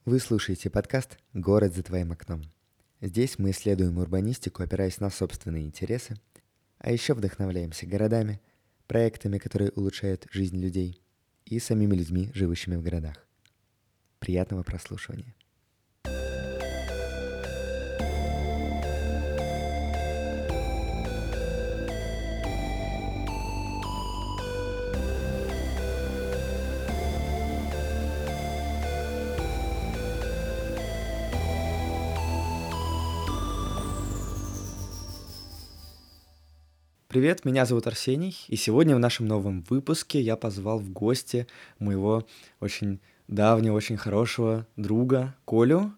Вы слушаете подкаст «Город за твоим окном». Здесь мы исследуем урбанистику, опираясь на собственные интересы, а еще вдохновляемся городами, проектами, которые улучшают жизнь людей, и самими людьми, живущими в городах. Приятного прослушивания. Привет, меня зовут Арсений, и сегодня в нашем новом выпуске я позвал в гости моего очень давнего, очень хорошего друга Колю.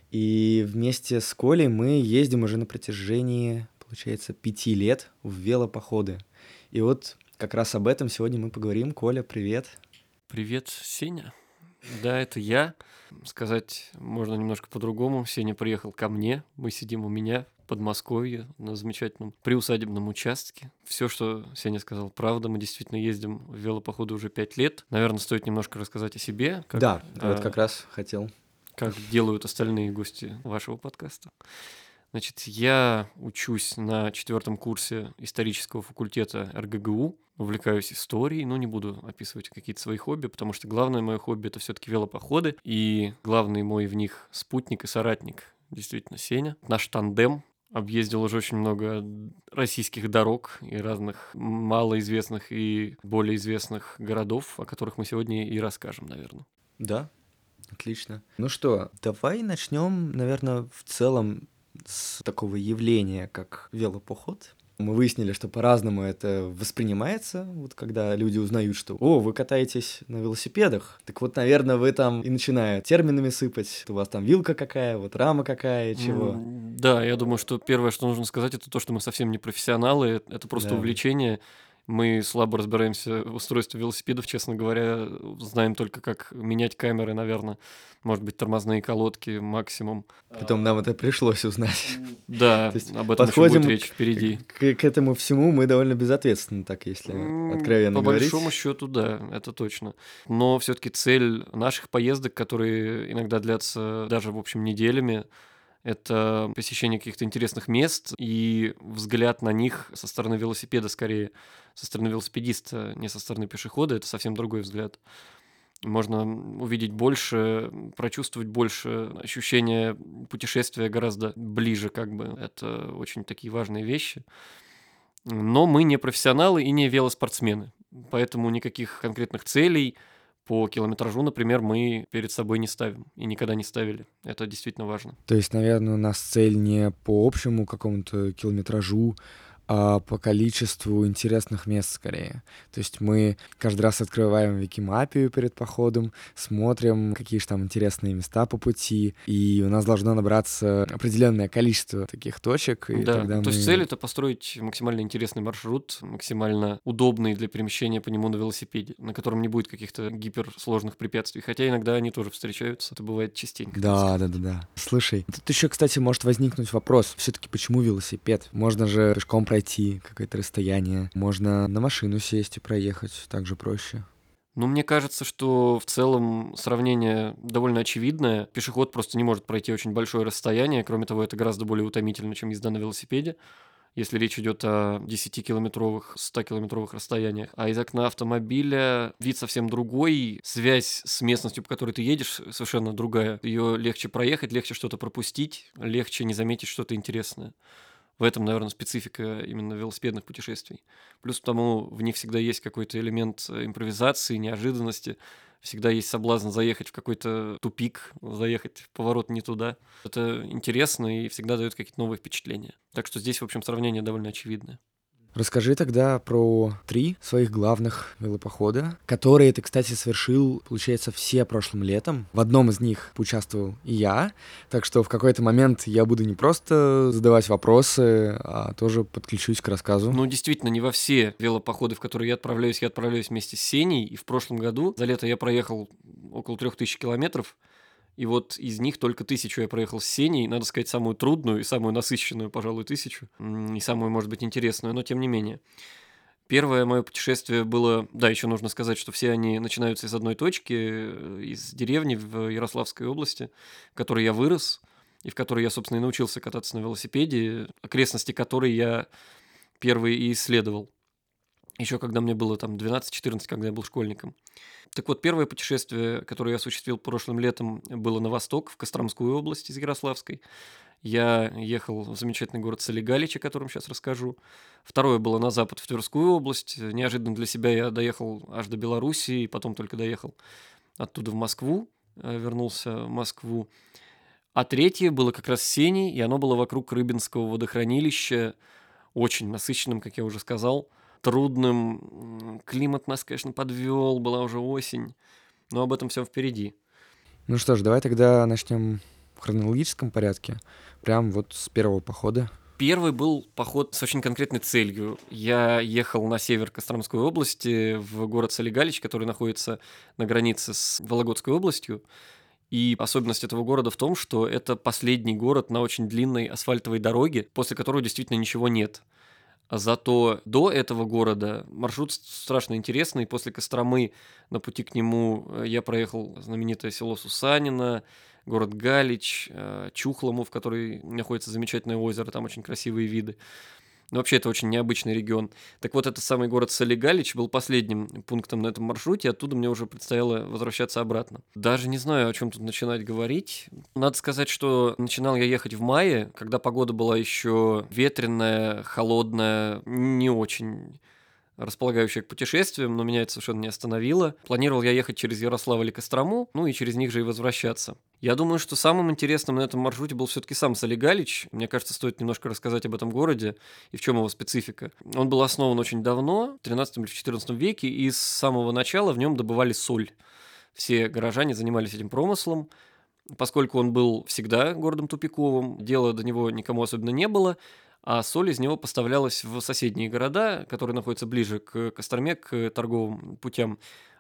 И вместе с Колей мы ездим уже на протяжении, получается, 5 лет в велопоходы. И вот как раз об этом сегодня мы поговорим. Коля, привет. Привет, Сеня. Да, это я. Сказать можно немножко по-другому. Сеня приехал ко мне, мы сидим у меня в Подмосковье на замечательном приусадебном участке. Все, что Сеня сказал, правда. Мы действительно ездим в велопоходы уже 5 лет. Наверное, стоит немножко рассказать о себе. Да, вот как раз хотел. Как делают остальные гости вашего подкаста. Значит, я учусь на 4 курсе исторического факультета РГГУ, увлекаюсь историей, но не буду описывать какие-то свои хобби, потому что главное мое хобби — это все-таки велопоходы, и главный мой в них спутник и соратник действительно Сеня. Наш тандем объездил уже очень много российских дорог и разных малоизвестных и более известных городов, о которых мы сегодня и расскажем, наверное. Да, отлично. Ну что, давай начнем, наверное, в целом с такого явления, как велопоход. Мы выяснили, что по-разному это воспринимается, вот когда люди узнают, что «О, вы катаетесь на велосипедах». Так вот, наверное, вы там и начинают терминами сыпать. У вас там вилка какая, вот рама какая, чего. Да, я думаю, что первое, что нужно сказать, это то, что мы совсем не профессионалы, это просто Да. увлечение. Мы слабо разбираемся в устройстве велосипедов, честно говоря, знаем только, как менять камеры, наверное, может быть, тормозные колодки максимум. Потом нам это пришлось узнать. Да, То есть об этом еще будет подходим речь впереди. к этому всему мы довольно безответственно, так если откровенно По говорить. большому счету, да, это точно. Но все-таки цель наших поездок, которые иногда длятся даже, в общем, неделями, это посещение каких-то интересных мест и взгляд на них со стороны велосипеда скорее, со стороны велосипедиста, не со стороны пешехода, это совсем другой взгляд. Можно увидеть больше, прочувствовать больше, ощущение путешествия гораздо ближе, как бы. Это очень такие важные вещи. Но мы не профессионалы и не велоспортсмены, поэтому никаких конкретных целей по километражу, например, мы перед собой не ставим и никогда не ставили. Это действительно важно. То есть, наверное, у нас цель не по общему какому-то километражу, а по количеству интересных мест скорее. То есть мы каждый раз открываем Викимапию перед походом, смотрим, какие же там интересные места по пути, и у нас должно набраться определенное количество таких точек, и Да, тогда то есть мы... цель — это построить максимально интересный маршрут, максимально удобный для перемещения по нему на велосипеде, на котором не будет каких-то гиперсложных препятствий, хотя иногда они тоже встречаются, это бывает частенько. так Да, сказать. да, да, да. Слушай, тут еще, кстати, может возникнуть вопрос. Все-таки почему велосипед? Можно же пешком пройти какое-то расстояние. Можно на машину сесть и проехать, так же проще. Ну, мне кажется, что в целом сравнение довольно очевидное. Пешеход просто не может пройти очень большое расстояние. Кроме того, это гораздо более утомительно, чем езда на велосипеде, если речь идет о 10-километровых, 100-километровых расстояниях. А из окна автомобиля вид совсем другой, связь с местностью, по которой ты едешь, совершенно другая. Ее легче проехать, легче что-то пропустить, легче не заметить что-то интересное. В этом, наверное, специфика именно велосипедных путешествий. Плюс к тому, в них всегда есть какой-то элемент импровизации, неожиданности. Всегда есть соблазн заехать в какой-то тупик, заехать в поворот не туда. Это интересно и всегда дает какие-то новые впечатления. Так что здесь, в общем, сравнение довольно очевидное. Расскажи тогда про 3 своих главных велопохода, которые ты, кстати, совершил, получается, все прошлым летом. В одном из них поучаствовал и я, так что в какой-то момент я буду не просто задавать вопросы, а тоже подключусь к рассказу. Ну, действительно, не во все велопоходы, в которые я отправляюсь вместе с Сеней. И в прошлом году за лето я проехал около 3000 километров. И вот из них только 1000 я проехал с Сеней. Надо сказать, самую трудную и самую насыщенную, пожалуй, 1000. И самую, может быть, интересную, но тем не менее. Первое мое путешествие было, да, еще нужно сказать, что все они начинаются из одной точки, из деревни в Ярославской области, в которой я вырос и в которой я, собственно, и научился кататься на велосипеде, окрестности которой я первый и исследовал. Еще когда мне было там 12-14, когда я был школьником. Так вот, первое путешествие, которое я осуществил прошлым летом, было на восток, в Костромскую область из Ярославской. Я ехал в замечательный город Солигалич, о котором сейчас расскажу. Второе было на запад, в Тверскую область. Неожиданно для себя я доехал аж до Белоруссии, и потом только доехал оттуда в Москву, вернулся в Москву. А третье было как раз с Сеней, и оно было вокруг Рыбинского водохранилища, очень насыщенным, как я уже сказал, трудным. Климат нас, конечно, подвел, была уже осень, но об этом всем впереди. Ну что ж, давай тогда начнем в хронологическом порядке, прям вот с первого похода. Первый был поход с очень конкретной целью. Я ехал на север Костромской области, в город Солигалич, который находится на границе с Вологодской областью. И особенность этого города в том, что это последний город на очень длинной асфальтовой дороге, после которой действительно ничего нет. А зато до этого города маршрут страшно интересный. После Костромы на пути к нему я проехал знаменитое село Сусанино, город Галич, Чухлому, в которой находится замечательное озеро, там очень красивые виды. Но вообще это очень необычный регион. Так вот, этот самый город Солигалич был последним пунктом на этом маршруте, оттуда мне уже предстояло возвращаться обратно. Даже не знаю, о чем тут начинать говорить. Надо сказать, что начинал я ехать в мае, когда погода была еще ветреная, холодная, не очень располагающая к путешествиям, но меня это совершенно не остановило. Планировал я ехать через Ярославль и Кострому, ну и через них же и возвращаться. Я думаю, что самым интересным на этом маршруте был все-таки сам Солигалич. Мне кажется, стоит немножко рассказать об этом городе и в чем его специфика. Он был основан очень давно, в 13 или в 14 веке, и с самого начала в нем добывали соль. Все горожане занимались этим промыслом. Поскольку он был всегда городом тупиковым, дела до него никому особенно не было, а соль из него поставлялась в соседние города, которые находятся ближе к Костроме, к торговым путям,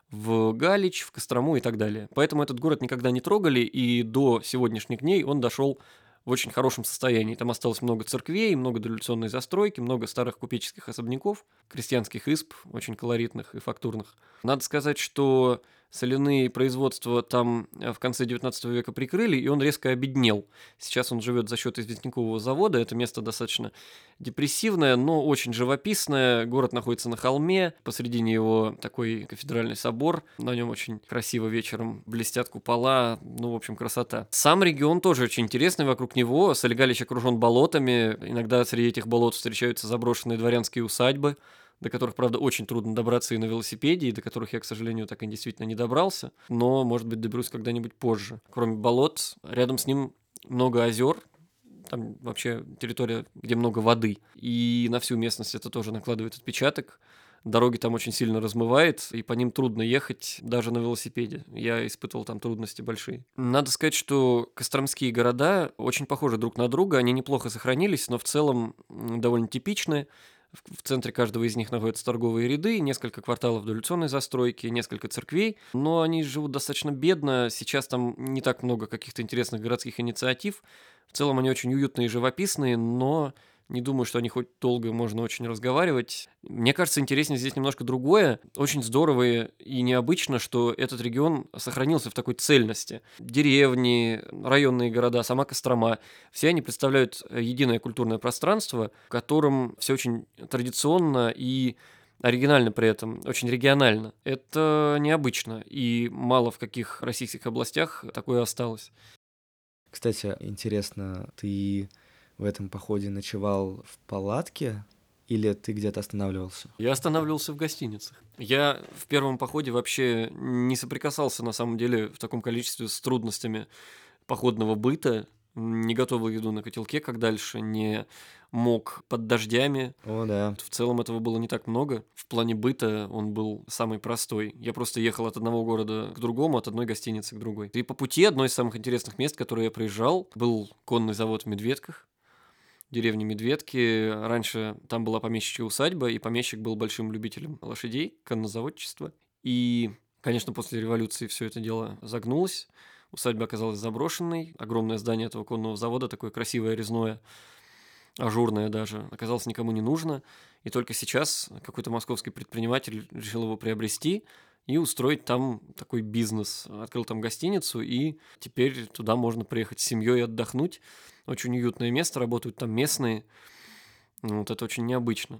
в Галич, в Кострому и так далее. Поэтому этот город никогда не трогали, и до сегодняшних дней он дошел в очень хорошем состоянии. Там осталось много церквей, много дореволюционной застройки, много старых купеческих особняков, крестьянских исп, очень колоритных и фактурных. Надо сказать, что соляные производства там в конце 19 века прикрыли, и он резко обеднел. Сейчас он живет за счет известнякового завода. Это место достаточно депрессивное, но очень живописное. Город находится на холме, посредине его такой кафедральный собор. На нем очень красиво вечером блестят купола. Ну, в общем, красота. Сам регион тоже очень интересный вокруг него. Солигалич окружен болотами. Иногда среди этих болот встречаются заброшенные дворянские усадьбы, до которых, правда, очень трудно добраться и на велосипеде, и до которых я, к сожалению, так и действительно не добрался, но, может быть, доберусь когда-нибудь позже. Кроме болот, рядом с ним много озер, там вообще территория, где много воды, и на всю местность это тоже накладывает отпечаток. Дороги там очень сильно размывает, и по ним трудно ехать даже на велосипеде. Я испытывал там трудности большие. Надо сказать, что костромские города очень похожи друг на друга, они неплохо сохранились, но в целом довольно типичны. В центре каждого из них находятся торговые ряды, несколько кварталов дореволюционной застройки, несколько церквей, но они живут достаточно бедно, сейчас там не так много каких-то интересных городских инициатив, в целом они очень уютные и живописные, но не думаю, что о них хоть долго можно очень разговаривать. Мне кажется, интереснее здесь немножко другое. Очень здорово и необычно, что этот регион сохранился в такой цельности. Деревни, районные города, сама Кострома, все они представляют единое культурное пространство, в котором все очень традиционно и оригинально при этом, очень регионально. Это необычно, и мало в каких российских областях такое осталось. Кстати, интересно, ты в этом походе ночевал в палатке или ты где-то останавливался? Я останавливался в гостиницах. Я в первом походе вообще не соприкасался, на самом деле, в таком количестве с трудностями походного быта, не готовил еду на котелке, как дальше, не мог под дождями. О, да. В целом этого было не так много. В плане быта он был самый простой. Я просто ехал от одного города к другому, от одной гостиницы к другой. И по пути одно из самых интересных мест, которое я проезжал, был конный завод в Медведках, деревни Медведки. Раньше там была помещичья усадьба, и помещик был большим любителем лошадей, коннозаводчества. И, конечно, после революции все это дело загнулось. Усадьба оказалась заброшенной. Огромное здание этого конного завода, такое красивое, резное, ажурное даже, оказалось никому не нужно, и только сейчас какой-то московский предприниматель решил его приобрести и устроить там такой бизнес. Открыл там гостиницу, и теперь туда можно приехать с семьей и отдохнуть. Очень уютное место, работают там местные. Вот это очень необычно.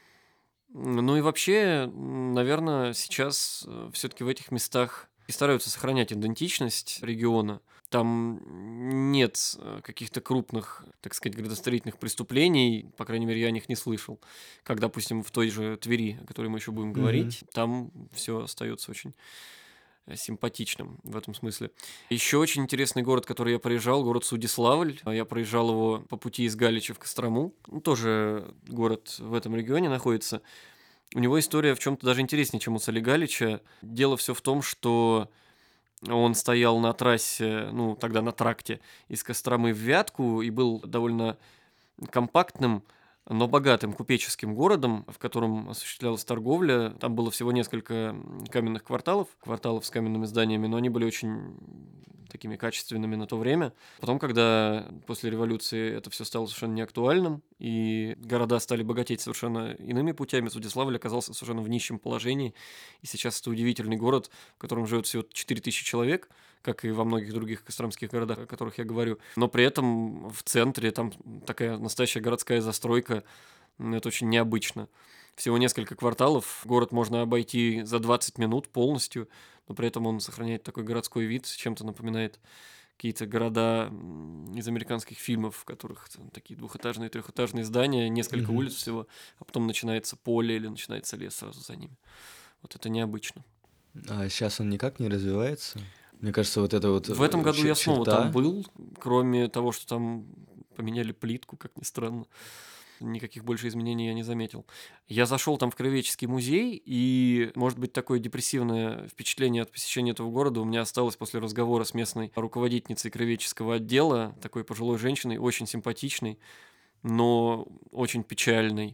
Ну и вообще, наверное, сейчас все-таки в этих местах и стараются сохранять идентичность региона. Там нет каких-то крупных, так сказать, градостроительных преступлений, по крайней мере, я о них не слышал. Как, допустим, в той же Твери, о которой мы еще будем говорить, там все остается очень симпатичным в этом смысле. Еще очень интересный город, который я проезжал, город Судиславль. Я проезжал его по пути из Галича в Кострому. Тоже город в этом регионе находится. У него история в чем-то даже интереснее, чем у Цали Галича. Дело все в том, что он стоял на трассе, ну, тогда на тракте из Костромы в Вятку и был довольно компактным, но богатым купеческим городом, в котором осуществлялась торговля. Там было всего несколько каменных кварталов с каменными зданиями, но они были очень такими качественными на то время. Потом, когда после революции это все стало совершенно неактуальным, и города стали богатеть совершенно иными путями, Судиславль оказался совершенно в нищем положении. И сейчас это удивительный город, в котором живет всего 4000 человек, как и во многих других костромских городах, о которых я говорю. Но при этом в центре там такая настоящая городская застройка. Это очень необычно. Всего несколько кварталов. Город можно обойти за 20 минут полностью, но при этом он сохраняет такой городской вид, чем-то напоминает какие-то города из американских фильмов, в которых такие двухэтажные, трехэтажные здания, несколько улиц всего, а потом начинается поле или начинается лес сразу за ними. Вот это необычно. А сейчас он никак не развивается? Мне кажется, вот это вот В этом году я снова черта. там был, кроме того, что там поменяли плитку, как ни странно. Никаких больше изменений я не заметил. Я зашел там в Краеведческий музей, и, может быть, такое депрессивное впечатление от посещения этого города у меня осталось после разговора с местной руководительницей краеведческого отдела, такой пожилой женщиной, очень симпатичной, но очень печальной.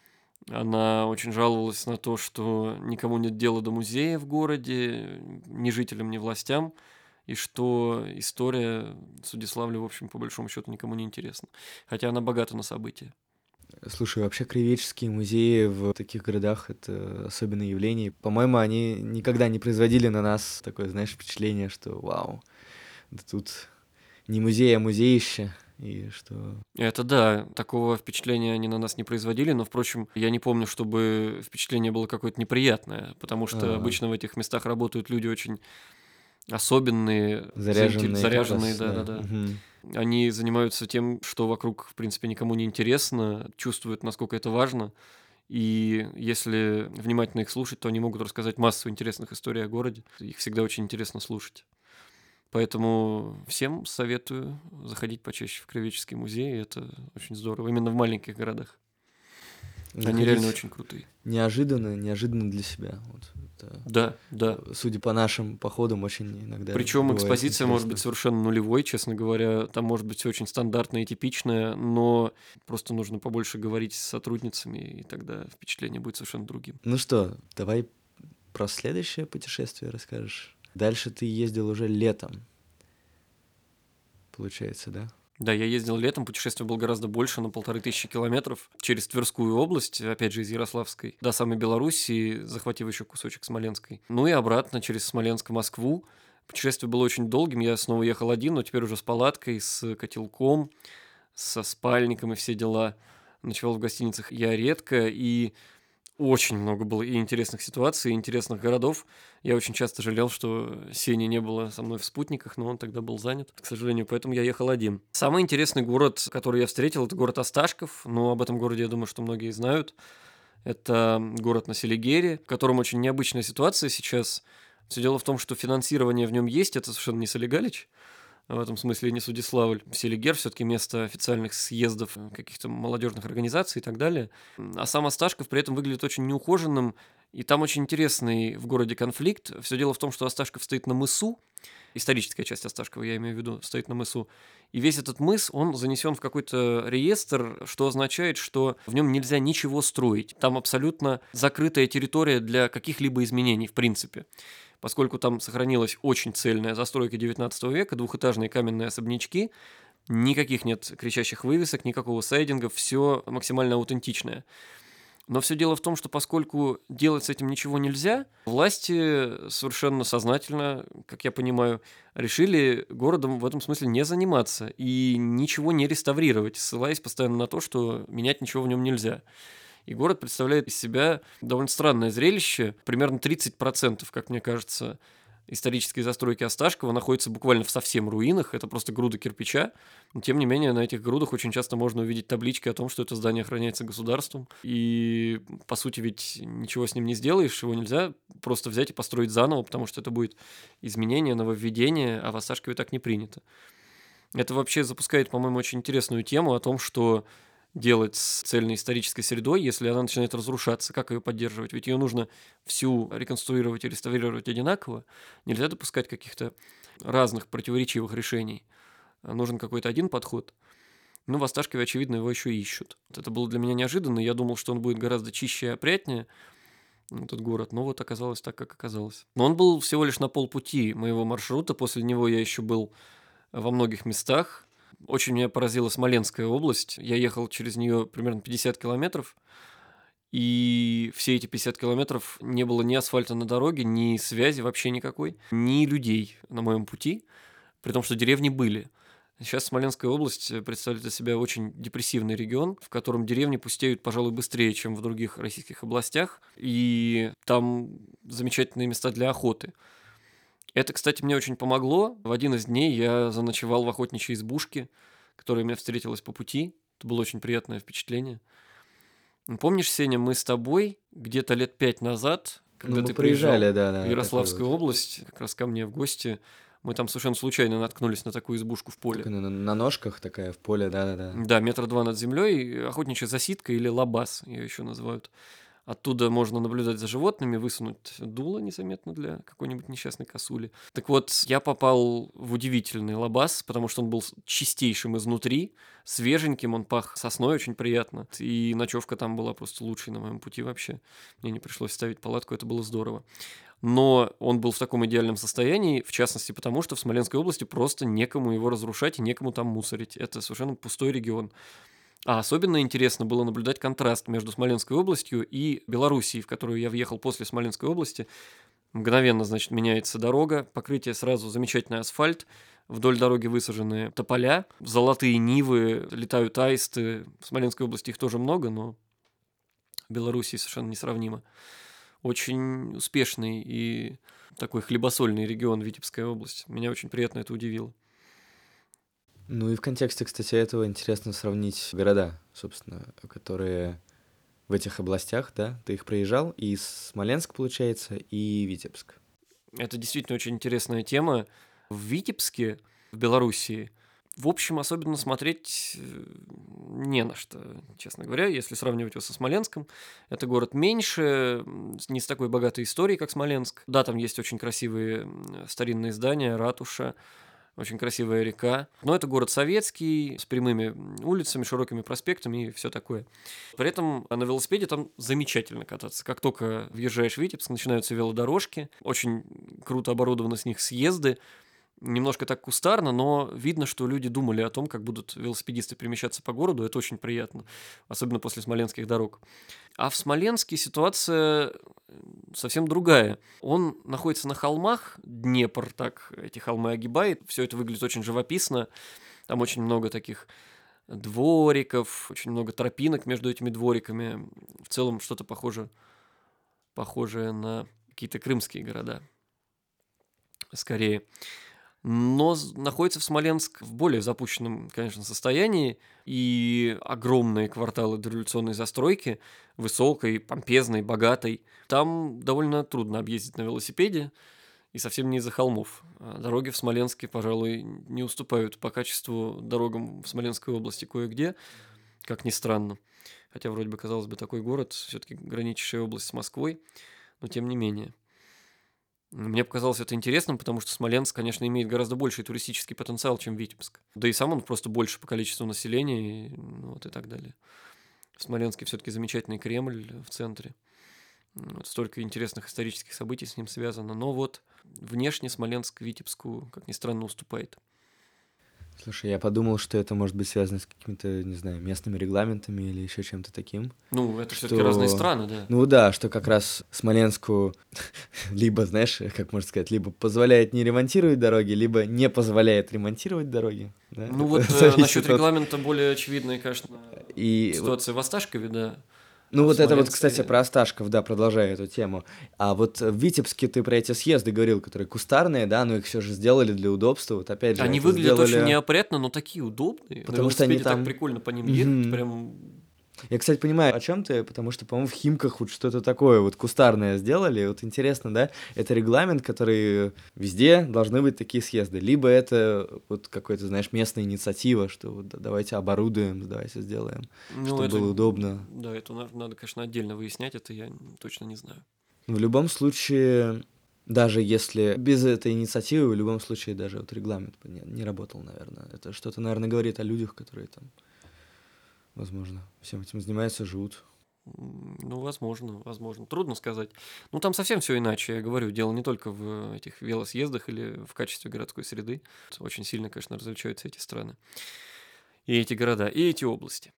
Она очень жаловалась на то, что никому нет дела до музея в городе, ни жителям, ни властям, и что история Судиславля, в общем, по большому счету, никому не интересна. Хотя она богата на события. Слушай, вообще краеведческие музеи в таких городах — это особенное явление. По-моему, они никогда не производили на нас такое, знаешь, впечатление, что вау, да тут не музей, а музеище. И что... Это да, такого впечатления они на нас не производили, но, впрочем, я не помню, чтобы впечатление было какое-то неприятное, потому что обычно в этих местах работают люди очень особенные, заряженные, да. Они занимаются тем, что вокруг, в принципе, никому не интересно, чувствуют, насколько это важно, и если внимательно их слушать, то они могут рассказать массу интересных историй о городе. Их всегда очень интересно слушать. Поэтому всем советую заходить почаще в Краеведческий музей. Это очень здорово. Именно в маленьких городах. Они реально очень крутые. Неожиданно для себя. Вот это, да. Судя по нашим походам, очень иногда. Причем экспозиция может быть совершенно нулевой, честно говоря. Там может быть все очень стандартное и типичное, но просто нужно побольше говорить с сотрудницами, и тогда впечатление будет совершенно другим. Ну что, давай про следующее путешествие расскажешь. Дальше ты ездил уже летом, получается, да? Да, я ездил летом, путешествие было гораздо больше, на 1500 километров, через Тверскую область, опять же из Ярославской, до самой Белоруссии, захватив еще кусочек Смоленской. Ну и обратно через Смоленск в Москву. Путешествие было очень долгим, я снова ехал один, но теперь уже с палаткой, с котелком, со спальником и все дела. Ночевал в гостиницах я редко, и очень много было и интересных ситуаций, и интересных городов. Я очень часто жалел, что Сени не было со мной в спутниках, но он тогда был занят, к сожалению, поэтому я ехал один. Самый интересный город, который я встретил, это город Осташков. Но об этом городе, я думаю, что многие знают. Это город на Селигере, в котором очень необычная ситуация сейчас. Все дело в том, что финансирование в нем есть, это совершенно не Цали Галич. В этом смысле не Судиславль. Селигер все-таки место официальных съездов каких-то молодежных организаций и так далее. А сам Осташков при этом выглядит очень неухоженным. И там очень интересный в городе конфликт. Все дело в том, что Осташков стоит на мысу. Историческая часть Осташкова, я имею в виду, стоит на мысу. И весь этот мыс, он занесен в какой-то реестр, что означает, что в нем нельзя ничего строить. Там абсолютно закрытая территория для каких-либо изменений, в принципе. Поскольку там сохранилась очень цельная застройка XIX века, двухэтажные каменные особнячки, Никаких нет кричащих вывесок, никакого сайдинга, все максимально аутентичное. Но все дело в том, что поскольку делать с этим ничего нельзя, власти совершенно сознательно, как я понимаю, решили городом в этом смысле не заниматься и ничего не реставрировать, ссылаясь постоянно на то, что менять ничего в нем нельзя. И город представляет из себя довольно странное зрелище. Примерно 30%, как мне кажется, исторической застройки Осташкова находится буквально в совсем руинах. Это просто груда кирпича. Но, тем не менее, на этих грудах очень часто можно увидеть таблички о том, что это здание охраняется государством. И, по сути, ведь ничего с ним не сделаешь, его нельзя просто взять и построить заново, потому что это будет изменение, нововведение, а в Осташкове так не принято. Это вообще запускает, по-моему, очень интересную тему о том, что делать с цельной исторической средой, если она начинает разрушаться, как ее поддерживать? Ведь ее нужно всю реконструировать и реставрировать одинаково. Нельзя допускать каких-то разных противоречивых решений. Нужен какой-то один подход. Ну, в Осташкове, очевидно, его еще ищут. Вот это было для меня неожиданно. Я думал, что он будет гораздо чище и опрятнее, этот город, но вот оказалось так, как оказалось. Но он был всего лишь на полпути моего маршрута. После него я еще был во многих местах. Очень меня поразила Смоленская область. Я ехал через нее примерно 50 километров, и все эти 50 километров не было ни асфальта на дороге, ни связи вообще никакой, ни людей на моем пути, при том, что деревни были. Сейчас Смоленская область представляет из себя очень депрессивный регион, в котором деревни пустеют, пожалуй, быстрее, чем в других российских областях, и там замечательные места для охоты. Это, кстати, мне очень помогло. В один из дней я заночевал в охотничьей избушке, которая мне встретилась по пути. Это было очень приятное впечатление. Помнишь, Сеня, мы с тобой где-то лет 5 назад, Ну, когда мы ты приезжал проезжали, в да, такой Ярославскую вот, область, как раз ко мне в гости, мы там совершенно случайно наткнулись на такую избушку в поле. такой на ножках такая в поле, да-да-да. Да, 2 метра над землей, охотничья засидка или лабаз, ее еще называют. Оттуда можно наблюдать за животными, высунуть дуло незаметно для какой-нибудь несчастной косули. Так вот, я попал в удивительный лабаз, потому что он был чистейшим изнутри, свеженьким, он пах сосной очень приятно. И ночевка там была просто лучшей на моем пути вообще. Мне не пришлось ставить палатку, это было здорово. Но он был в таком идеальном состоянии, в частности потому, что в Смоленской области просто некому его разрушать и некому там мусорить. Это совершенно пустой регион. А особенно интересно было наблюдать контраст между Смоленской областью и Белоруссией, в которую я въехал после Смоленской области. Мгновенно, значит, меняется дорога, покрытие сразу замечательный асфальт, вдоль дороги высажены тополя, золотые нивы, летают аисты. В Смоленской области их тоже много, но в Белоруссии совершенно несравнимо. Очень успешный и такой хлебосольный регион Витебская область. Меня очень приятно это удивило. Ну и в контексте, кстати, этого интересно сравнить города, собственно, которые в этих областях, да, ты их проезжал, и Смоленск, получается, и Витебск. Это действительно очень интересная тема. В Витебске, в Белоруссии, в общем, особенно смотреть не на что, честно говоря, если сравнивать его со Смоленском. Это город меньше, не с такой богатой историей, как Смоленск. Да, там есть очень красивые старинные здания, ратуша, очень красивая река. Но это город советский, с прямыми улицами, широкими проспектами и все такое. При этом на велосипеде там замечательно кататься. Как только въезжаешь в Витебск, начинаются велодорожки. Очень круто оборудованы с них съезды. Немножко так кустарно, но видно, что люди думали о том, как будут велосипедисты перемещаться по городу. Это очень приятно, особенно после смоленских дорог. А в Смоленске ситуация совсем другая. Он находится на холмах, Днепр так эти холмы огибает. Все это выглядит очень живописно. Там очень много таких двориков, очень много тропинок между этими двориками. В целом что-то похожее на какие-то крымские города. Скорее. Но находится в Смоленск в более запущенном, конечно, состоянии, и огромные кварталы дореволюционной застройки, высокой, помпезной, богатой. Там довольно трудно объездить на велосипеде, и совсем не из-за холмов. Дороги в Смоленске, пожалуй, не уступают по качеству дорогам в Смоленской области кое-где, как ни странно. Хотя вроде бы, казалось бы, такой город, все-таки граничащая область с Москвой, но тем не менее. Мне показалось это интересным, потому что Смоленск, конечно, имеет гораздо больший туристический потенциал, чем Витебск. Да и сам он просто больше по количеству населения, и, ну, вот и так далее. В Смоленске все-таки замечательный Кремль в центре. Вот столько интересных исторических событий с ним связано. Но вот внешне Смоленск Витебску, как ни странно, уступает. Слушай, я подумал, что это может быть связано с какими-то, не знаю, местными регламентами или еще чем-то таким. Ну, это все-таки разные Что, страны, да. ну да, что как раз Смоленску либо, знаешь, как можно сказать, либо позволяет не ремонтировать дороги, либо не позволяет ремонтировать дороги. Да? Ну Это вот насчет зависит от... регламента более очевидная, конечно, И вот, ситуация в Осташкове, да, ну а в вот это вот, кстати, Смоленске... про Осташков, да, продолжая эту тему. А вот в Витебске ты про эти съезды говорил, которые кустарные, да, но их все же сделали для удобства. Вот опять же, Они это выглядят очень сделали, неопрятно, но такие удобные. На потому что они велосипеде так там... прикольно по ним ехать, Мгм. прям... Я, кстати, понимаю, о чем ты, потому что, по-моему, в Химках вот что-то такое вот кустарное сделали. Вот интересно, да? Это регламент, который везде должны быть такие съезды. Либо это вот какой-то, знаешь, местная инициатива, что вот давайте оборудуем, давайте сделаем, Ну, чтобы это... было удобно. Да, это надо, конечно, отдельно выяснять, это я точно не знаю. В любом случае, даже если без этой инициативы, в любом случае даже вот регламент бы не работал, наверное. Это что-то, наверное, говорит о людях, которые там, возможно, всем этим занимаются, живут. Ну, возможно, возможно. Трудно сказать. Ну, там совсем все иначе. Я говорю, дело не только в этих велосъездах или в качестве городской среды. Очень сильно, конечно, различаются эти страны. И эти города, и эти области.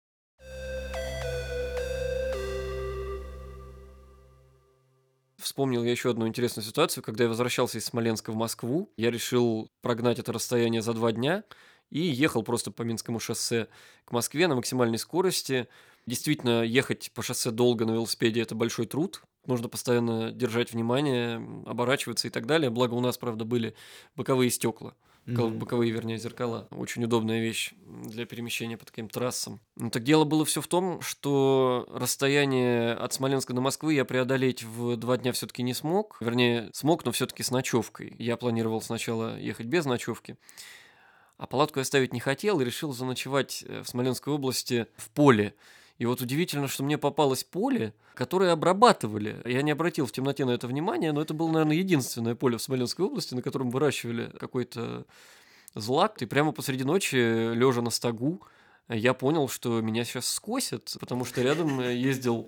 Вспомнил я еще одну интересную ситуацию. Когда я возвращался из Смоленска в Москву, я решил прогнать это расстояние за 2 дня и ехал просто по Минскому шоссе к Москве на максимальной скорости. Действительно, ехать по шоссе долго на велосипеде – это большой труд. Нужно постоянно держать внимание, оборачиваться и так далее. Благо у нас, правда, были боковые стекла. Мгм. Боковые, вернее, зеркала. Очень удобная вещь для перемещения по таким трассам. Ну, так дело было все в том, что расстояние от Смоленска до Москвы я преодолеть в 2 дня все-таки не смог. Вернее, смог, но все-таки с ночевкой. Я планировал сначала ехать без ночевки, а палатку я ставить не хотел и решил заночевать в Смоленской области в поле. И вот удивительно, что мне попалось поле, которое обрабатывали. Я не обратил в темноте на это внимание, но это было, наверное, единственное поле в Смоленской области, на котором выращивали какой-то злак. И прямо посреди ночи, лежа на стогу, я понял, что меня сейчас скосят, потому что рядом ездил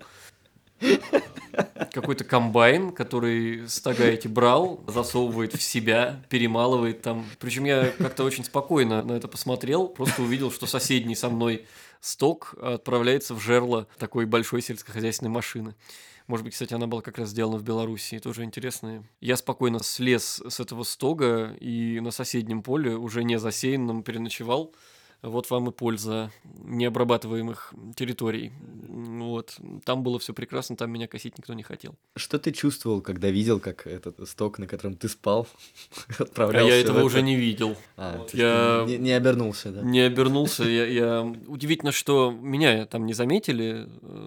какой-то комбайн, который стога эти брал, засовывает в себя, перемалывает там. Причем я как-то очень спокойно на это посмотрел, просто увидел, что соседний со мной стог отправляется в жерло такой большой сельскохозяйственной машины. Может быть, кстати, она была как раз сделана в Белоруссии, тоже интересная. Я спокойно слез с этого стога и на соседнем поле, уже не засеянном, переночевал. Вот вам и польза необрабатываемых территорий. Вот. Там было все прекрасно, там меня косить никто не хотел. Что ты чувствовал, когда видел, как этот сток, на котором ты спал, А я отправлялся в этого уже это? не видел. А, Вот. то есть ты Я не обернулся, да? не обернулся. Удивительно, что меня там не заметили.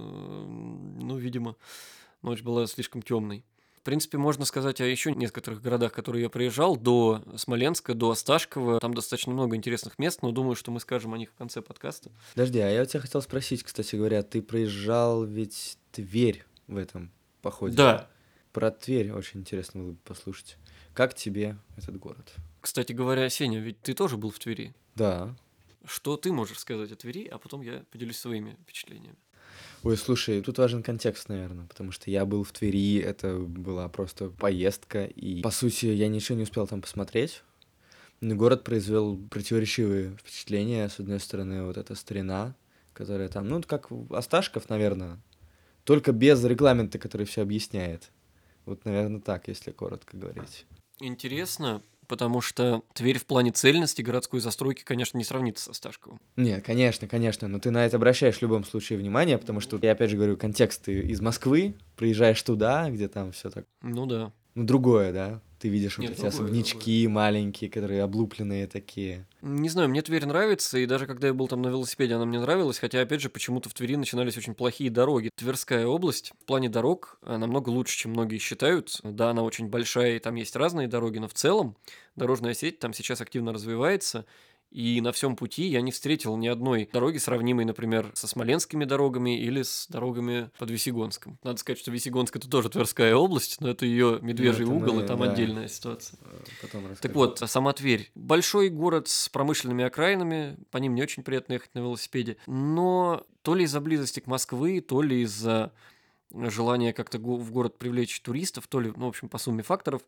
Ну, видимо, ночь была слишком темной. В принципе, можно сказать о еще некоторых городах, которые я проезжал, до Смоленска, до Осташкова. Там достаточно много интересных мест, но думаю, что мы скажем о них в конце подкаста. Подожди, а я у тебя хотел спросить, кстати говоря, ты проезжал ведь Тверь в этом походе? Да. Про Тверь очень интересно было бы послушать. Как тебе этот город? Кстати говоря, Сеня, ведь ты тоже был в Твери. Да. Что ты можешь сказать о Твери, а потом я поделюсь своими впечатлениями. Ой, слушай, тут важен контекст, наверное, потому что я был в Твери, это была просто поездка, и, по сути, я ничего не успел там посмотреть. Но город произвел противоречивые впечатления. С одной стороны, вот эта старина, которая там, ну, как Осташков, наверное, только без регламента, который все объясняет. Вот, наверное, так, если коротко говорить. Интересно, потому что Тверь в плане цельности городской застройки, конечно, не сравнится со Осташковым. Нет, конечно, но ты на это обращаешь в любом случае внимание, потому что, я опять же говорю, контекст ты из Москвы, приезжаешь туда, где там все так, Ну да. ну, другое, да? Ты видишь вот Нет, эти другое. особнячки маленькие, которые облупленные такие. Не знаю, мне Тверь нравится, и даже когда я был там на велосипеде, она мне нравилась, хотя, опять же, почему-то в Твери начинались очень плохие дороги. Тверская область в плане дорог намного лучше, чем многие считают. Да, она очень большая, и там есть разные дороги, но в целом дорожная сеть там сейчас активно развивается, и на всем пути я не встретил ни одной дороги, сравнимой, например, со смоленскими дорогами или с дорогами под Весьегонском. Надо сказать, что Весьегонск – это тоже Тверская область, но это ее медвежий это угол, мы, и там да, отдельная ситуация. потом Так расскажу. вот, сама Тверь. Большой город с промышленными окраинами, по ним не очень приятно ехать на велосипеде. Но то ли из-за близости к Москве, то ли из-за желания как-то в город привлечь туристов, то ли, ну, в общем, по сумме факторов,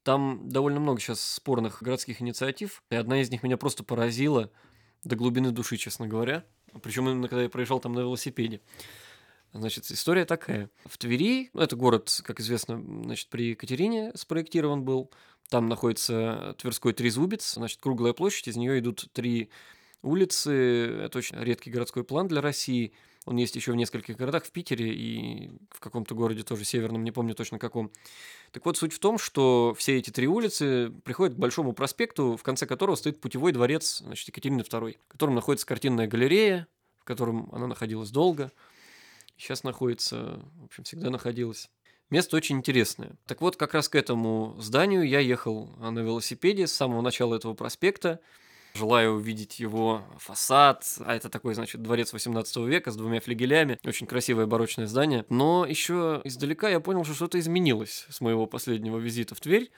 Там довольно много сейчас спорных городских инициатив, и одна из них меня просто поразила до глубины души, честно говоря. Причем именно когда я проезжал там на велосипеде. Значит, история такая. В Твери, ну, это город, как известно, значит, при Екатерине спроектирован был. Там находится Тверской трезубец, значит, круглая площадь, из нее идут 3 улицы. Это очень редкий городской план для России. Он есть еще в нескольких городах, в Питере и в каком-то городе тоже северном, не помню точно каком. Так вот, суть в том, что все эти 3 улицы приходят к большому проспекту, в конце которого стоит путевой дворец, значит, Екатерины II, в котором находится картинная галерея, в котором она находилась долго. Сейчас находится, в общем, всегда находилась. Место очень интересное. Так вот, как раз к этому зданию я ехал на велосипеде с самого начала этого проспекта. Желаю увидеть его фасад. А это такой, значит, дворец 18 века с 2 флигелями. Очень красивое барочное здание. Но еще издалека я понял, что что-то изменилось с моего последнего визита в Тверь.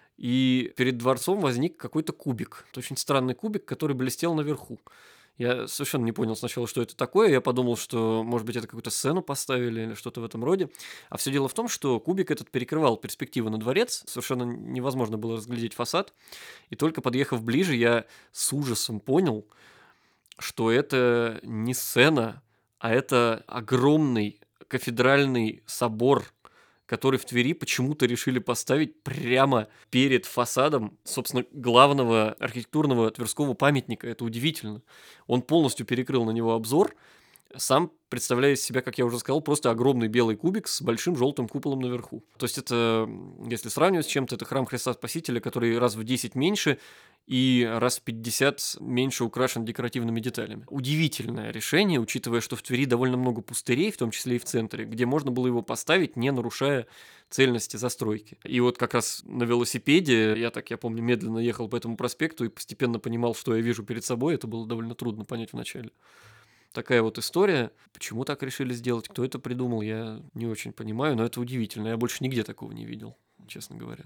И перед дворцом возник какой-то кубик. Это очень странный кубик, который блестел наверху. Я совершенно не понял сначала, что это такое. Я подумал, что, может быть, это какую-то сцену поставили или что-то в этом роде. А все дело в том, что кубик этот перекрывал перспективу на дворец. Совершенно невозможно было разглядеть фасад. И только подъехав ближе, я с ужасом понял, что это не сцена, а это огромный кафедральный собор, который в Твери почему-то решили поставить прямо перед фасадом, собственно, главного архитектурного тверского памятника. Это удивительно. Он полностью перекрыл на него обзор, сам представляет из себя, как я уже сказал, просто огромный белый кубик с большим желтым куполом наверху. То есть это, если сравнивать с чем-то, это храм Христа Спасителя, который раз в 10 меньше и раз в 50 меньше украшен декоративными деталями. Удивительное решение, учитывая, что в Твери довольно много пустырей, в том числе и в центре, где можно было его поставить, не нарушая цельности застройки. И вот как раз на велосипеде, я помню, медленно ехал по этому проспекту и постепенно понимал, что я вижу перед собой. Это было довольно трудно понять вначале. Такая вот история. Почему так решили сделать? Кто это придумал, я не очень понимаю, но это удивительно. Я больше нигде такого не видел, честно говоря.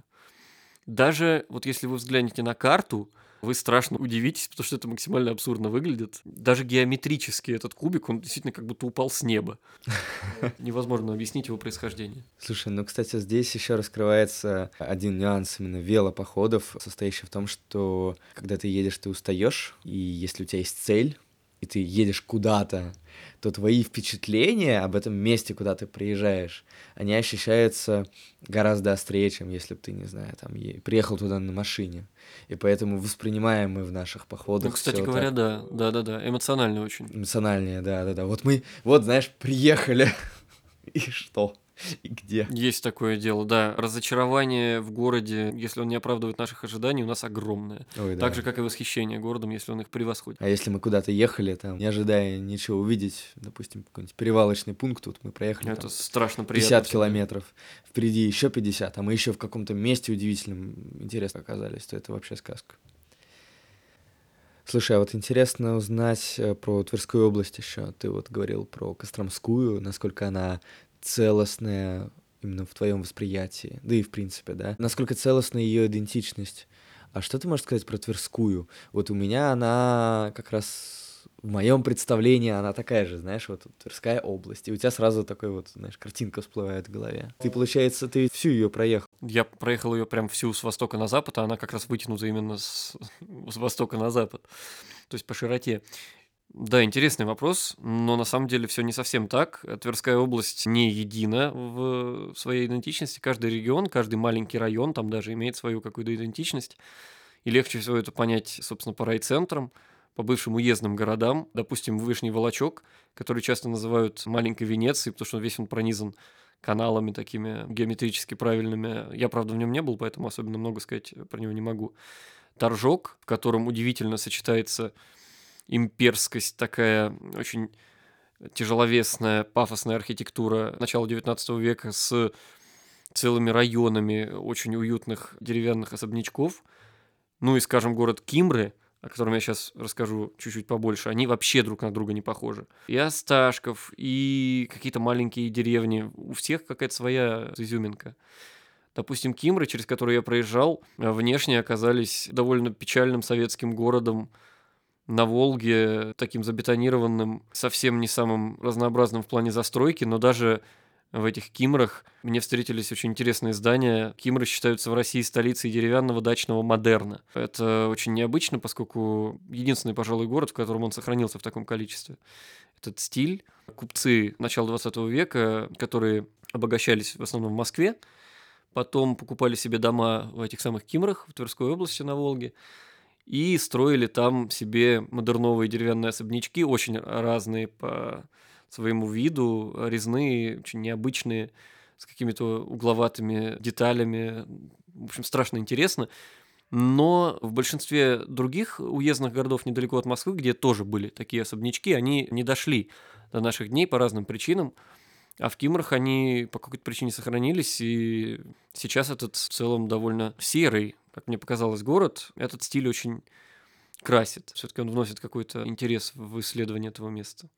Даже вот если вы взглянете на карту, вы страшно удивитесь, потому что это максимально абсурдно выглядит. Даже геометрически этот кубик, он действительно как будто упал с неба. Невозможно объяснить его происхождение. Слушай, ну, кстати, здесь еще раскрывается один нюанс именно велопоходов, состоящий в том, что когда ты едешь, ты устаешь, и если у тебя есть цель, и ты едешь куда-то, то твои впечатления об этом месте, куда ты приезжаешь, они ощущаются гораздо острее, чем если бы ты, не знаю, там приехал туда на машине. И поэтому воспринимаем мы в наших походах. Ну, кстати всё говоря, так да, эмоционально очень. эмоциональнее, да. Вот мы, знаешь, приехали, и что? И где? Есть такое дело, да. Разочарование в городе, если он не оправдывает наших ожиданий, у нас огромное. Ой, да. Так же, как и восхищение городом, если он их превосходит. А если мы куда-то ехали, там, не ожидая ничего увидеть, допустим, какой-нибудь перевалочный пункт, тут мы проехали Это там страшно приятно 50 всегда. километров, впереди еще 50, а мы еще в каком-то месте удивительном, интересно оказались, то это вообще сказка. Слушай, а вот интересно узнать про Тверскую область еще. Ты вот говорил про Костромскую, насколько она целостная именно в твоем восприятии, да и в принципе, да? Насколько целостна ее идентичность? А что ты можешь сказать про Тверскую? Вот у меня она как раз в моем представлении она такая же, знаешь, вот Тверская область. И у тебя сразу такой вот, знаешь, картинка всплывает в голове. Ты, получается, ты всю ее проехал. Я проехал ее прям всю с востока на запад, а она как раз вытянута именно с востока на запад, то есть по широте. Да, интересный вопрос, но на самом деле все не совсем так. Тверская область не едина в своей идентичности. Каждый регион, каждый маленький район там даже имеет свою какую-то идентичность. И легче всего это понять, собственно, по райцентрам, по бывшим уездным городам. Допустим, Вышний Волочек, который часто называют маленькой Венецией, потому что весь он пронизан каналами такими геометрически правильными. Я, правда, в нем не был, поэтому особенно много сказать про него не могу. Торжок, в котором удивительно сочетается имперскость, такая очень тяжеловесная, пафосная архитектура начала XIX века с целыми районами очень уютных деревянных особнячков. Ну и, скажем, город Кимры, о котором я сейчас расскажу чуть-чуть побольше, они вообще друг на друга не похожи. И Осташков, и какие-то маленькие деревни. У всех какая-то своя изюминка. Допустим, Кимры, через который я проезжал, внешне оказались довольно печальным советским городом на Волге, таким забетонированным, совсем не самым разнообразным в плане застройки, но даже в этих Кимрах мне встретились очень интересные здания. Кимры считаются в России столицей деревянного дачного модерна. Это очень необычно, поскольку единственный, пожалуй, город, в котором он сохранился в таком количестве. Этот стиль. Купцы начала 20 века, которые обогащались в основном в Москве, потом покупали себе дома в этих самых Кимрах, в Тверской области на Волге, и строили там себе модерновые деревянные особнячки, очень разные по своему виду, резные, очень необычные, с какими-то угловатыми деталями. В общем, страшно интересно. Но в большинстве других уездных городов недалеко от Москвы, где тоже были такие особнячки, они не дошли до наших дней по разным причинам. А в Кимрах они по какой-то причине сохранились, и сейчас этот в целом довольно серый, как мне показалось, город. Этот стиль очень красит. Все-таки он вносит какой-то интерес в исследование этого места.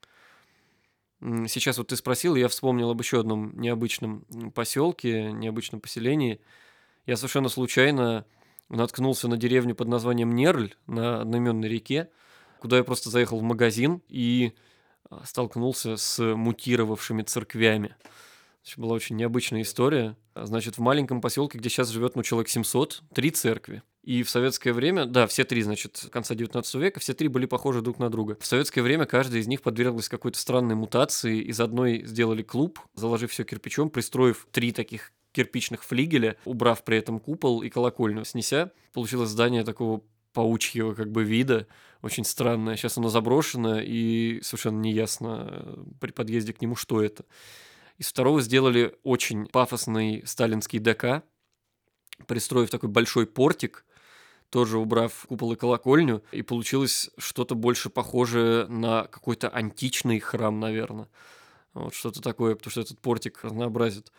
Сейчас вот ты спросил, и я вспомнил об еще одном необычном поселке, необычном поселении. Я совершенно случайно наткнулся на деревню под названием Нерль на одноименной реке, куда я просто заехал в магазин и столкнулся с мутировавшими церквями. Была очень необычная история. Значит, в маленьком поселке, где сейчас живет, человек 700, 3 церкви. И в советское время, да, все 3, значит, конца 19 века, все 3 были похожи друг на друга. В советское время каждая из них подверглась какой-то странной мутации. Из одной сделали клуб, заложив все кирпичом, пристроив 3 таких кирпичных флигеля, убрав при этом купол и колокольню снеся. Получилось здание такого паучьего как бы вида, очень странное. Сейчас оно заброшено, и совершенно неясно при подъезде к нему, что это. Из второго сделали очень пафосный сталинский ДК, пристроив такой большой портик, тоже убрав купол и колокольню, и получилось что-то больше похожее на какой-то античный храм, наверное. Вот что-то такое, потому что этот портик разнообразит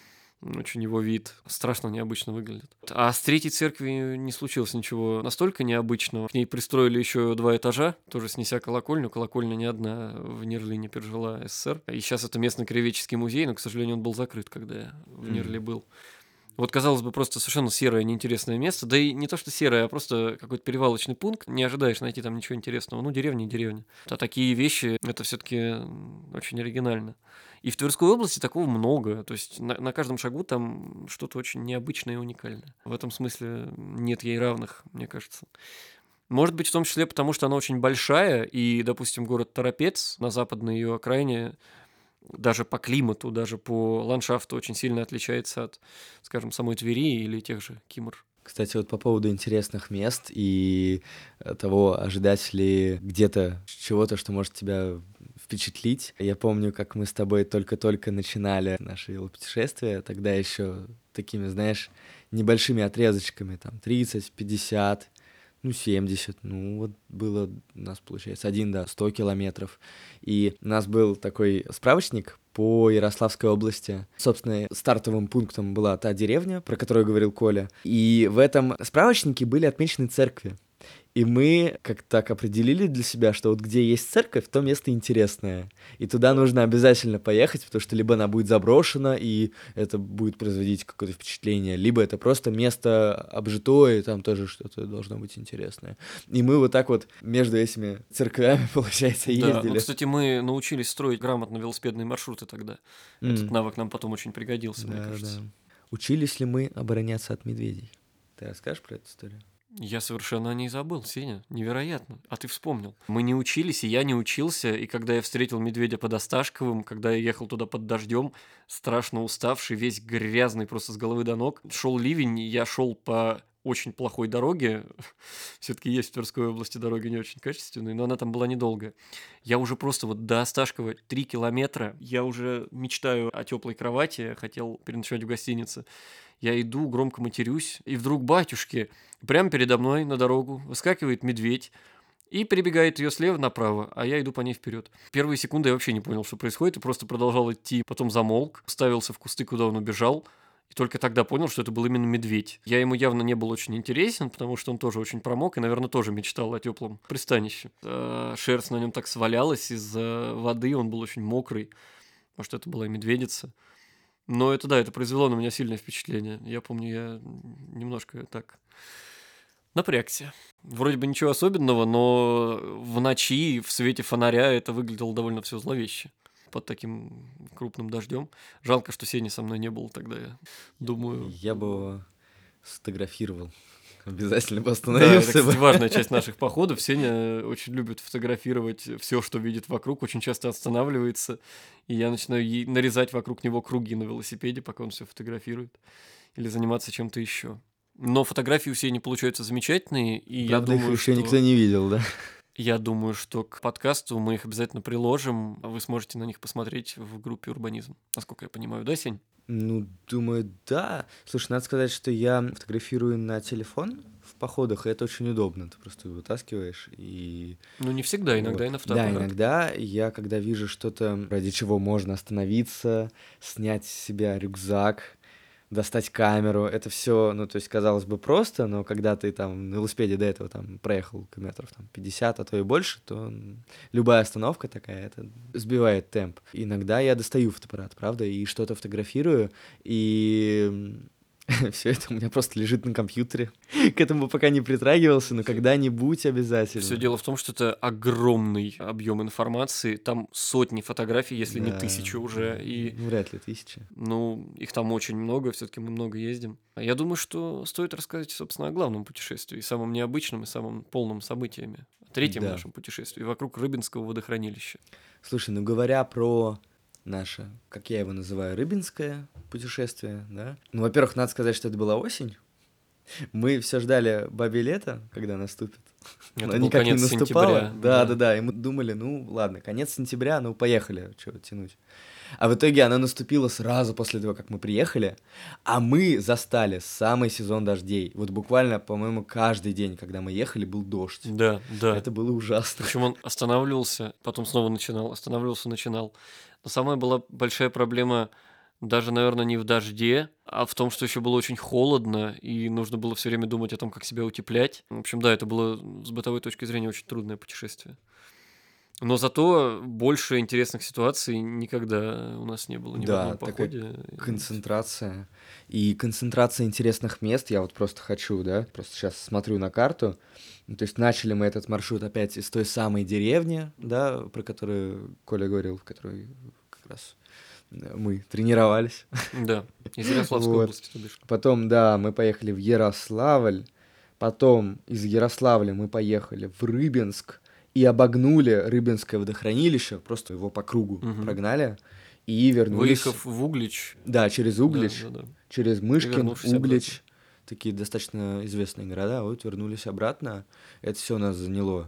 очень его вид. Страшно необычно выглядит. А с третьей церкви не случилось ничего настолько необычного. К ней пристроили еще 2 этажа, тоже снеся колокольню. Колокольня не одна в Нерлине пережила СССР. И сейчас это местный краеведческий музей, но, к сожалению, он был закрыт, когда я в Нерле был. Вот, казалось бы, просто совершенно серое, неинтересное место. Да и не то, что серое, а просто какой-то перевалочный пункт. Не ожидаешь найти там ничего интересного. Ну, деревня и деревня. А такие вещи, это все-таки очень оригинально. И в Тверской области такого много. То есть на каждом шагу там что-то очень необычное и уникальное. В этом смысле нет ей равных, мне кажется. Может быть, в том числе потому, что она очень большая, и, допустим, город Торопец на западной ее окраине даже по климату, даже по ландшафту очень сильно отличается от, скажем, самой Твери или тех же Кимр. Кстати, вот по поводу интересных мест и того, ожидать ли где-то чего-то, что может тебя впечатлить. Я помню, как мы с тобой только-только начинали наше велопутешествие, тогда еще такими, знаешь, небольшими отрезочками, там 30, 50, 70, вот было у нас, получается, 100 километров. И у нас был такой справочник по Ярославской области. Собственно, стартовым пунктом была та деревня, про которую говорил Коля. И в этом справочнике были отмечены церкви. И мы как-то так определили для себя, что вот где есть церковь, то место интересное. И туда нужно обязательно поехать, потому что либо она будет заброшена, и это будет производить какое-то впечатление, либо это просто место обжитое, и там тоже что-то должно быть интересное. И мы вот так вот между этими церквями, получается, ездили. Да, кстати, мы научились строить грамотно велосипедные маршруты тогда. Этот навык нам потом очень пригодился, мне кажется. Да. Учились ли мы обороняться от медведей? Ты расскажешь про эту историю? Я совершенно о ней забыл, Сеня. Невероятно. А ты вспомнил. Мы не учились, и я не учился. И когда я встретил медведя под Осташковым, когда я ехал туда под дождем, страшно уставший, весь грязный просто с головы до ног, шел ливень, я шел по очень плохой дороге. Все-таки есть в Тверской области дороги не очень качественные, но она там была недолгая. Я уже просто вот до Осташкова 3 километра. Я уже мечтаю о теплой кровати, хотел переночевать в гостинице. Я иду, громко матерюсь, и вдруг, батюшки, прямо передо мной на дорогу выскакивает медведь и перебегает ее слева направо, а я иду по ней вперед. Первые секунды я вообще не понял, что происходит, и просто продолжал идти. Потом замолк, ставился в кусты, куда он убежал, и только тогда понял, что это был именно медведь. Я ему явно не был очень интересен, потому что он тоже очень промок и, наверное, тоже мечтал о теплом пристанище. Шерсть на нем так свалялась из-за воды, он был очень мокрый. Может, это была и медведица. Но это, да, это произвело на меня сильное впечатление. Я помню, я немножко так напрягся. Вроде бы ничего особенного, но в ночи, в свете фонаря это выглядело довольно все зловеще. под таким крупным дождем. Жалко, что Сени со мной не было тогда, я думаю. Я бы его сфотографировал. Обязательно бы Да, это, остановился кстати, бы. важная часть наших походов. Сеня очень любит фотографировать все, что видит вокруг, очень часто останавливается, и я начинаю нарезать вокруг него круги на велосипеде, пока он все фотографирует, или заниматься чем-то еще. Но фотографии у Сени получаются замечательные, и Правда, их еще никто не видел, да? я думаю, что к подкасту мы их обязательно приложим, а вы сможете на них посмотреть в группе «Урбанизм». Насколько я понимаю, да, Сень? Ну, думаю, да. Слушай, надо сказать, что я фотографирую на телефон в походах, и это очень удобно. Ты просто вытаскиваешь и... Ну, не всегда, иногда Вот. и на Да, фотоаппарат. иногда я, когда вижу что-то, ради чего можно остановиться, снять с себя рюкзак, достать камеру, это все, ну, то есть, казалось бы, просто, но когда ты там на велосипеде до этого там проехал километров там 50, а то и больше, то любая остановка такая, это сбивает темп. Иногда я достаю фотоаппарат, правда, и что-то фотографирую, и все это у меня просто лежит на компьютере. К этому пока не притрагивался, но когда-нибудь Все обязательно. дело в том, что это огромный объем информации, там сотни фотографий, если не Да, тысячи уже, да, и, ну, вряд ли 1000. ну, их там очень много, все-таки мы много ездим. Я думаю, что стоит рассказать, собственно, о главном путешествии, самом необычном и самом полном событиями, о третьем Да. нашем путешествии вокруг Рыбинского водохранилища. Слушай, ну говоря про наше, как я его называю, рыбинское путешествие, да? Ну, во-первых, надо сказать, что это была осень. Мы все ждали бабье лето, когда наступит. Это Но был никак не конец наступало. сентября, Да, да. да, да. И мы думали, ну ладно, конец сентября, ну поехали, чего тянуть. А в итоге она наступила сразу после того, как мы приехали, а мы застали самый сезон дождей. Вот буквально, по-моему, каждый день, когда мы ехали, был дождь. Да, да. Это было ужасно. Причем он останавливался, потом снова начинал, останавливался, начинал. Но самая была большая проблема даже, наверное, не в дожде, а в том, что еще было очень холодно, и нужно было все время думать о том, как себя утеплять. В общем, да, это было с бытовой точки зрения очень трудное путешествие. Но зато больше интересных ситуаций никогда у нас не было ни в Да, одном такая походе. концентрация. И концентрация интересных мест. Я вот просто хочу, да, просто сейчас смотрю на карту. Ну, то есть начали мы этот маршрут опять из той самой деревни, да, про которую Коля говорил, в которой как раз мы тренировались. Да, из Ярославской Вот. области, то бишь. Потом, да, мы поехали в Ярославль. Потом из Ярославля мы поехали в Рыбинск и обогнули Рыбинское водохранилище, просто его по кругу Мгм. прогнали и вернулись. Выехав в Углич, Да, через Углич, да, да, да. через Мышкин, вернувшись Углич, такие достаточно известные города. Вот вернулись обратно. Это все у нас заняло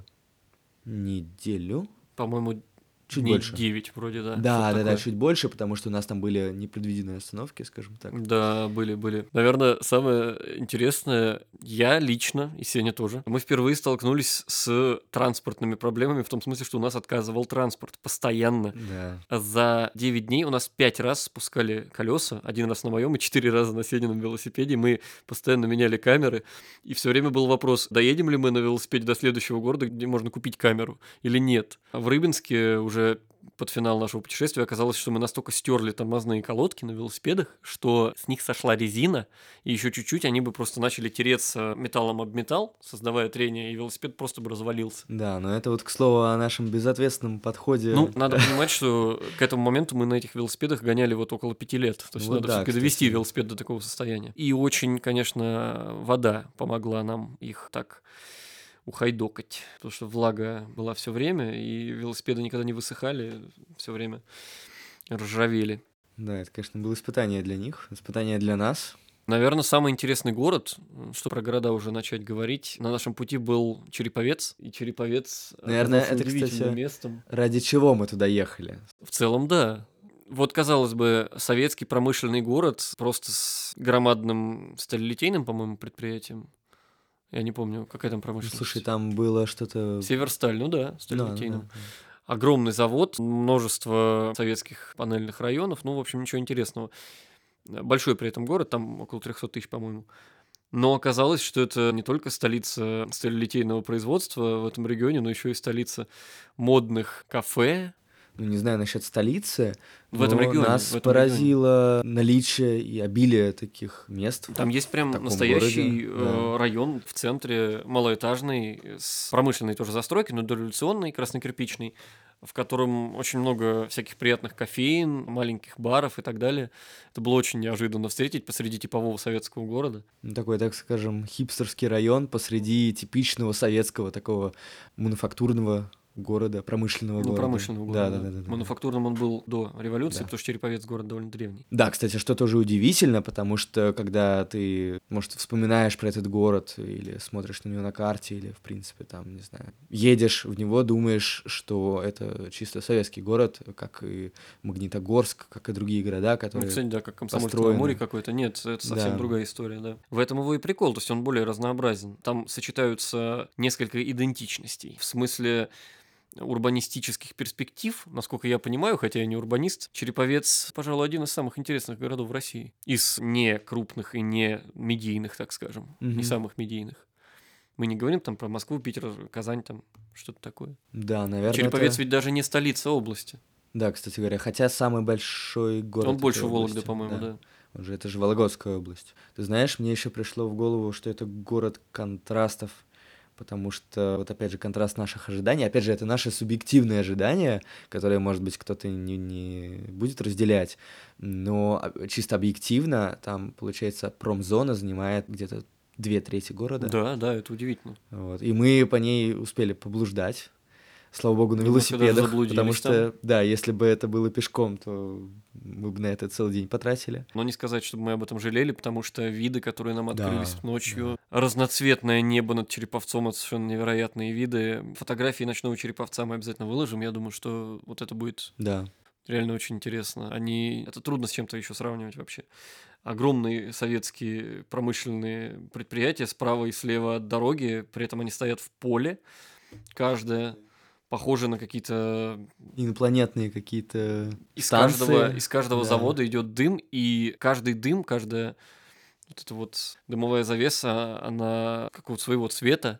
неделю, По-моему, чуть дней больше. 9 вроде, да. Да, что-то да, да, такое. чуть больше, потому что у нас там были непредвиденные остановки, скажем так. Да, были. Наверное, самое интересное, я лично, и Сеня тоже, мы впервые столкнулись с транспортными проблемами, в том смысле, что у нас отказывал транспорт постоянно. Да. За 9 дней у нас 5 раз спускали колеса, 1 раз на моем и 4 раза на Сенином велосипеде. Мы постоянно меняли камеры, и все время был вопрос, доедем ли мы на велосипеде до следующего города, где можно купить камеру, или нет. А в Рыбинске уже под финал нашего путешествия оказалось, что мы настолько стерли тормозные колодки на велосипедах, что с них сошла резина, и еще чуть-чуть они бы просто начали тереться металлом об металл, создавая трение, и велосипед просто бы развалился. Да, но это вот, к слову, о нашем безответственном подходе. Ну, надо понимать, что к этому моменту мы на этих велосипедах гоняли вот около 5 лет. То есть Вот надо да, все-таки довести кстати. велосипед до такого состояния. И очень, конечно, вода помогла нам их так ухайдокать, потому что влага была все время, и велосипеды никогда не высыхали, все время ржавели. Да, это, конечно, было испытание для них, испытание для нас. Наверное, самый интересный город, что про города уже начать говорить, на нашем пути был Череповец, и Череповец Наверное, оказался это, удивительным кстати, местом. ради чего мы туда ехали. В целом, да. Вот, казалось бы, советский промышленный город просто с громадным сталелитейным, по-моему, предприятием. Я не помню, какая там Ну, промышленность. слушай, там было что-то... Северсталь, ну да, Да, сталелитейным. да. Огромный завод, множество советских панельных районов, ну, в общем, ничего интересного. Большой при этом город, там около 300 тысяч, по-моему. Но оказалось, что это не только столица сталелитейного производства в этом регионе, но еще и столица модных кафе, ну, не знаю насчет столицы, В этом но регионе, нас в этом регионе. поразило наличие и обилие таких мест Там есть в прям таком настоящий городе. Да. район в центре, малоэтажный, с промышленной тоже застройкой, но дореволюционной, краснокирпичной, в котором очень много всяких приятных кофеин, маленьких баров и так далее. Это было очень неожиданно встретить посреди типового советского города. Ну, такой, так скажем, хипстерский район посреди типичного советского такого мануфактурного города, промышленного Ну, города. промышленного Да, города, да, да. да, да, да, да. Мануфактурным он был до революции, Да. потому что Череповец город довольно древний. Да, кстати, что тоже удивительно, потому что когда ты, может, вспоминаешь про этот город или смотришь на него на карте, или, в принципе, там, не знаю, едешь в него, думаешь, что это чисто советский город, как и Магнитогорск, как и другие города, Ну, которые кстати, да, как Комсомольск на Амуре построены. какой-то. Нет, это совсем Да. другая история, да. В этом его и прикол, то есть он более разнообразен. Там сочетаются несколько идентичностей. В смысле урбанистических перспектив, насколько я понимаю, хотя я не урбанист, Череповец, пожалуй, один из самых интересных городов в России. Из не крупных и не медийных, так скажем, не Мгм. самых медийных. Мы не говорим там про Москву, Питер, Казань, там что-то такое. Да, И наверное, Череповец это... ведь даже не столица области. Да, кстати говоря, хотя самый большой Он город этой больше Вологды, области, по-моему, да. да. Это же Вологодская область. Ты знаешь, мне еще пришло в голову, что это город контрастов, потому что, вот опять же, контраст наших ожиданий, опять же, это наши субъективные ожидания, которые, может быть, кто-то не будет разделять, но чисто объективно там, получается, промзона занимает где-то 2/3 города, Да, да, это удивительно. вот, и мы по ней успели поблуждать, слава богу, на Немножко даже велосипедах, потому заблудились там. что, да, если бы это было пешком, то мы бы на это целый день потратили. Но не сказать, чтобы мы об этом жалели, потому что виды, которые нам открылись Да, ночью, да. разноцветное небо над Череповцом, это совершенно невероятные виды. Фотографии ночного Череповца мы обязательно выложим. Я думаю, что вот это будет Да. реально очень интересно. Это трудно с чем-то еще сравнивать вообще. Огромные советские промышленные предприятия справа и слева от дороги, при этом они стоят в поле, каждая похожа на какие-то... Инопланетные какие-то Из станции. каждого Да. завода идет дым, и каждый дым, каждая вот эта вот дымовая завеса, она какого-то своего цвета,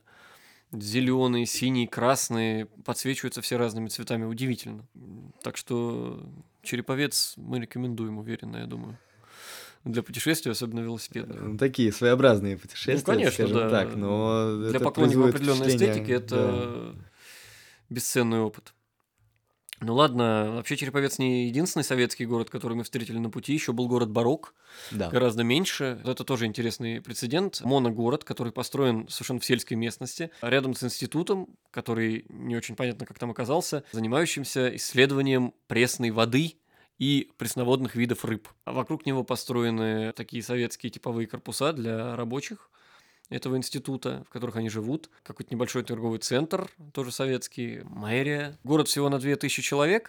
зеленый, синий, красный, подсвечиваются все разными цветами, удивительно. Так что Череповец мы рекомендуем, уверенно, я думаю. Для путешествий, особенно велосипедных. Такие своеобразные Ну, путешествия, конечно, скажем так, да. но Для это поклонников производит определенной эстетики впечатление, да. это бесценный опыт. Ну ладно, вообще Череповец не единственный советский город, который мы встретили на пути, еще был город Барок, Да. гораздо меньше. Это тоже интересный прецедент. Моногород, который построен совершенно в сельской местности, рядом с институтом, который не очень понятно, как там оказался, занимающимся исследованием пресной воды и пресноводных видов рыб. А вокруг него построены такие советские типовые корпуса для рабочих этого института, в которых они живут. Какой-то небольшой торговый центр, тоже советский, мэрия. Город всего на 2000 человек,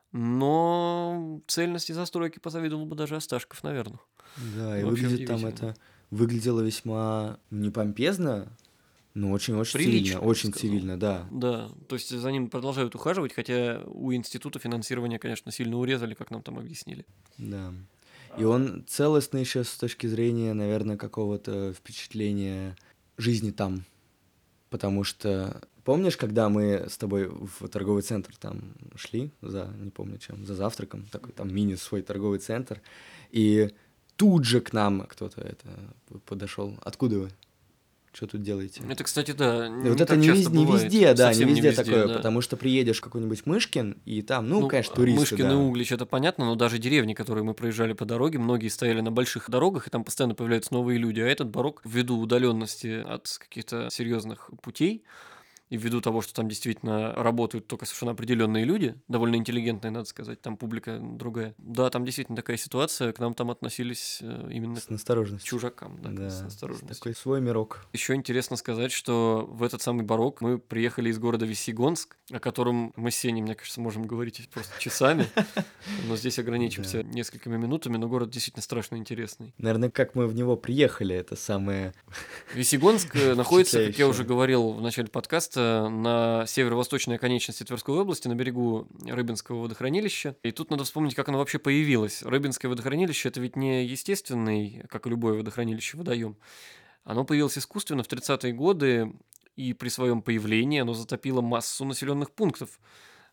но цельности застройки позавидовал бы даже Осташков, наверное. Да, и Вообще выглядит там удивительно. это... Выглядело весьма не помпезно, но очень-очень Прилично, цивильно. я бы Очень сказал. цивильно, да. Да, то есть за ним продолжают ухаживать, хотя у института финансирование, конечно, сильно урезали, как нам там объяснили. Да. И он целостный еще с точки зрения, наверное, какого-то впечатления жизни там. Потому что помнишь, когда мы с тобой в торговый центр там шли не помню чем, за завтраком, такой там мини свой торговый центр, и тут же к нам кто-то подошел. Откуда вы? Что тут делаете? Это, кстати, да, И не вот это так часто не бывает. везде, да, не Совсем везде такое, да. потому что приедешь в какой-нибудь Мышкин, и там, ну, конечно, туристы, Мышкин и да. Углич, это понятно, но даже деревни, которые мы проезжали по дороге, многие стояли на больших дорогах, и там постоянно появляются новые люди. А этот Барок, ввиду удаленности от каких-то серьезных путей, и ввиду того, что там действительно работают только совершенно определенные люди, довольно интеллигентные, надо сказать, там публика другая. Да, там действительно такая ситуация, к нам там относились именно С настороженностью. чужакам, да, Да, с осторожностью. такой свой мирок. Еще интересно сказать, что в этот самый Барок мы приехали из города Весьегонск, о котором мы с Сеней, мне кажется, можем говорить просто часами, но здесь ограничимся несколькими минутами, но город действительно страшно интересный. Наверное, как мы в него приехали, это самое... Весьегонск находится, как я уже впечатляющее. говорил в начале подкаста, на северо-восточной оконечности Тверской области, на берегу Рыбинского водохранилища. И тут надо вспомнить, как оно вообще появилось. Рыбинское водохранилище – это ведь не естественный, как и любое водохранилище, водоем. Оно появилось искусственно в 30-е годы, и при своем появлении оно затопило массу населенных пунктов.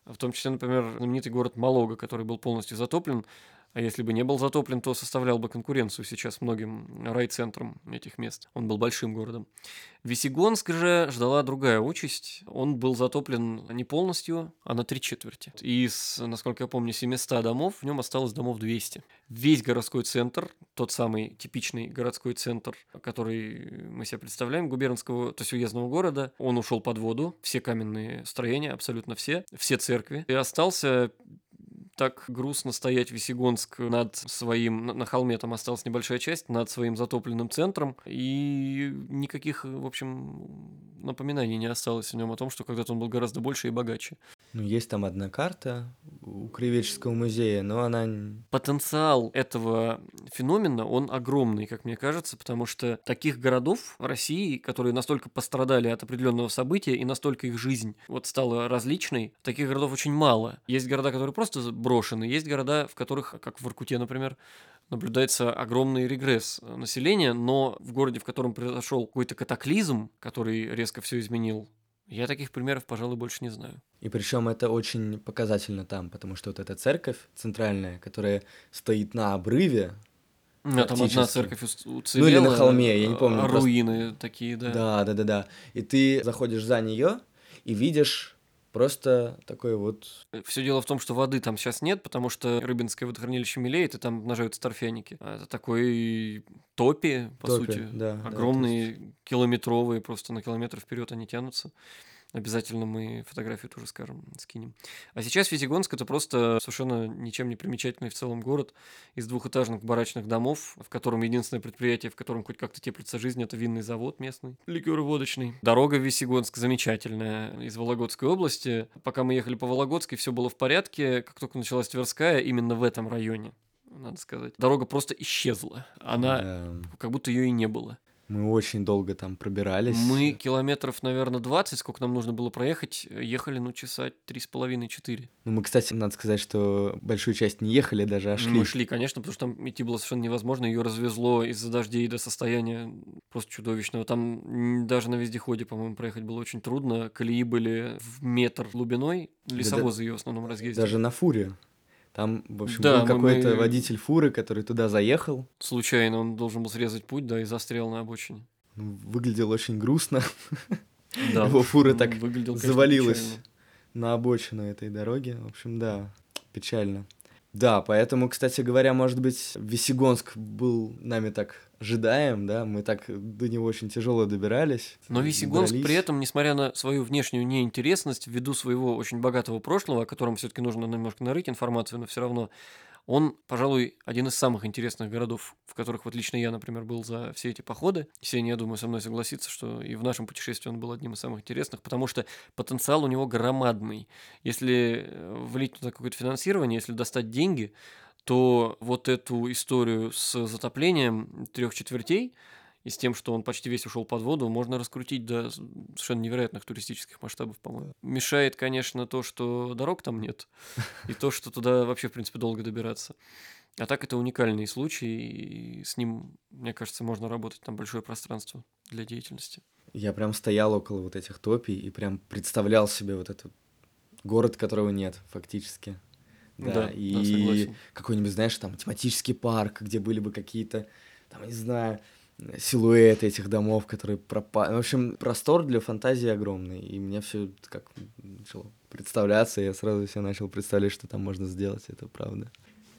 В том числе, например, знаменитый город Малога, который был полностью затоплен. А если бы не был затоплен, то составлял бы конкуренцию сейчас многим райцентрам этих мест. Он был большим городом. Весьегонск же ждала другая участь. Он был затоплен не полностью, а на 3/4. Из, насколько я помню, 700 домов, в нем осталось домов 200. Весь городской центр, тот самый типичный городской центр, который мы себе представляем, губернского, то есть уездного города, он ушел под воду. Все каменные строения, абсолютно все церкви. И остался так грустно стоять Весьегонск над своим, на холме там осталась небольшая часть, над своим затопленным центром, и никаких, в общем, напоминаний не осталось о нем о том, что когда-то он был гораздо больше и богаче. Ну, есть там одна карта у Краеведческого музея, но она... Потенциал этого феномена, он огромный, как мне кажется, потому что таких городов в России, которые настолько пострадали от определенного события и настолько их жизнь вот стала различной, таких городов очень мало. Есть города, которые просто брошены, есть города, в которых, как в Воркуте, например, наблюдается огромный регресс населения, но в городе, в котором произошел какой-то катаклизм, который резко все изменил, я таких примеров, пожалуй, больше не знаю. И причем это очень показательно там, потому что вот эта церковь центральная, которая стоит на обрыве, Там одна практически. церковь Ну уцелела, или на холме, я не помню. просто- руины такие, да. Да. И ты заходишь за нее и видишь просто такой вот... Все дело в том, что воды там сейчас нет, потому что Рыбинское водохранилище мелеет, и там обнажаются торфяники. Это такой топи, по Топи, сути. да, то есть- Огромные, километровые, просто на километр вперед они тянутся. Обязательно мы фотографию тоже скинем. А сейчас Весьегонск — это просто совершенно ничем не примечательный в целом город из двухэтажных барачных домов, в котором единственное предприятие, в котором хоть как-то теплится жизнь, это винный завод местный, ликероводочный. Дорога в Весьегонск замечательная из Вологодской области. Пока мы ехали по Вологодской, все было в порядке. Как только началась Тверская, именно в этом районе, надо сказать, дорога просто исчезла. Она Да. как будто ее и не было. Мы очень долго там пробирались. Мы километров, наверное, 20, сколько нам нужно было проехать, ехали, часа 3,5-4. Ну, мы, кстати, надо сказать, что большую часть не ехали даже, а шли. Мы шли, конечно, потому что там идти было совершенно невозможно. Ее развезло из-за дождей до состояния просто чудовищного. Там даже на вездеходе, по-моему, проехать было очень трудно. Колеи были в метр глубиной. Лесовозы ее в основном разъездили. Даже на фуре. Там, в общем, Да, был какой-то водитель фуры, который туда заехал. Случайно он должен был срезать путь, да, и застрял на обочине. Ну, выглядел очень грустно. Да, Его фура так выглядел, конечно, завалилась печально. на обочину этой дороги. В общем, да, печально. Да, поэтому, кстати говоря, может быть, Весьегонск был нами так ожидаем, да, мы так до него очень тяжело добирались. Но Весьегонск дрались. при этом, несмотря на свою внешнюю неинтересность, ввиду своего очень богатого прошлого, о котором все-таки нужно немножко нарыть информацию, но все равно, он, пожалуй, один из самых интересных городов, в которых вот лично я, например, был за все эти походы. Ксения, я думаю, со мной согласится, что и в нашем путешествии он был одним из самых интересных, потому что потенциал у него громадный. Если влить туда какое-то финансирование, если достать деньги, то вот эту историю с затоплением 3/4 и с тем, что он почти весь ушел под воду, можно раскрутить до совершенно невероятных туристических масштабов, по-моему. Мешает, конечно, то, что дорог там нет, и то, что туда вообще, в принципе, долго добираться. А так это уникальный случай, и с ним, мне кажется, можно работать, там большое пространство для деятельности. Я прям стоял около вот этих топий и прям представлял себе вот этот город, которого нет, фактически. Да, и согласен. какой-нибудь, знаешь, там тематический парк, где были бы какие-то, там, не знаю, силуэты этих домов, которые пропали. В общем, простор для фантазии огромный. И мне все как начало представляться, и я сразу себе начал представлять, что там можно сделать, это правда.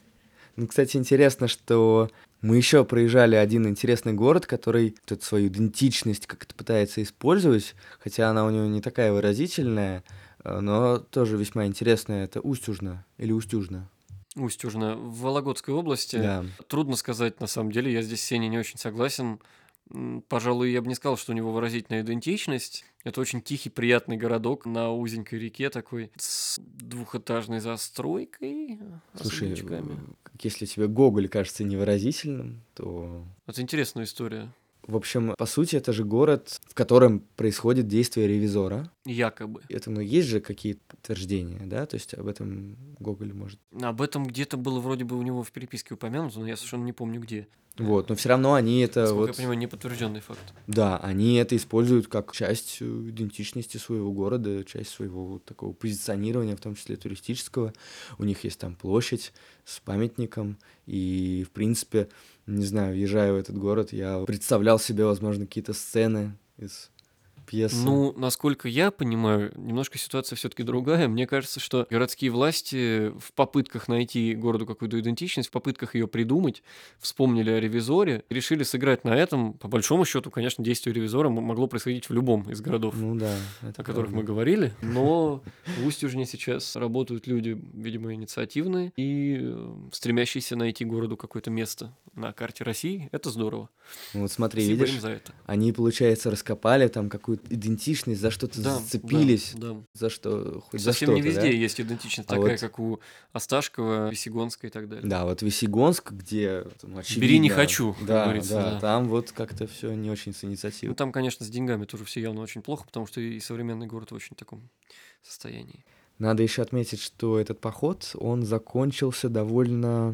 Ну, кстати, интересно, что мы еще проезжали один интересный город, который тут свою идентичность как-то пытается использовать, хотя она у него не такая выразительная, но тоже весьма интересная. Это Устюжна или Устюжна. Устюжна в Вологодской области. Да. Трудно сказать, на самом деле, я здесь с Сеней не очень согласен. Пожалуй, я бы не сказал, что у него выразительная идентичность. Это очень тихий, приятный городок на узенькой реке такой, с двухэтажной застройкой. Слушай, особнячками. если тебе Гоголь кажется невыразительным, то... Это интересная история. В общем, по сути, это же город, в котором происходит действие ревизора. Якобы. Этому есть же какие-то подтверждения, да? То есть об этом Гоголь может... Об этом где-то было вроде бы у него в переписке упомянуто, но я совершенно не помню где. Вот, но все равно они это Насколько я вот... понимаю, неподтвержденный факт. Да, они это используют как часть идентичности своего города, часть своего вот такого позиционирования, в том числе туристического. У них есть там площадь с памятником, и, в принципе, не знаю, въезжая в этот город, я представлял себе, возможно, какие-то сцены из пьесы. Ну, насколько я понимаю, немножко ситуация все-таки другая. Мне кажется, что городские власти в попытках найти городу какую-то идентичность, в попытках ее придумать, вспомнили о ревизоре, решили сыграть на этом. По большому счету, конечно, действие ревизора могло происходить в любом из городов, Ну да, о которых мы говорили. Но в Устюжне сейчас работают люди, видимо, инициативные и стремящиеся найти городу какое-то место на карте России. Это здорово. Ну вот смотри, Спасибо видишь, им за это. они, получается, раскопали там какую-то идентичность, за что-то Да, зацепились, да. за что, хоть за Совсем не что-то, да? везде есть идентичность А такая, вот- как у Осташкова, Весегонска и так далее. Да, вот Весегонск, где там, очевидно... Бери, не хочу, как Да, говорится, да, да. там вот как-то все не очень с Ну, инициативой. там, конечно, с деньгами тоже все явно очень плохо, потому что и современный город в очень таком состоянии. Надо еще отметить, что этот поход, он закончился довольно...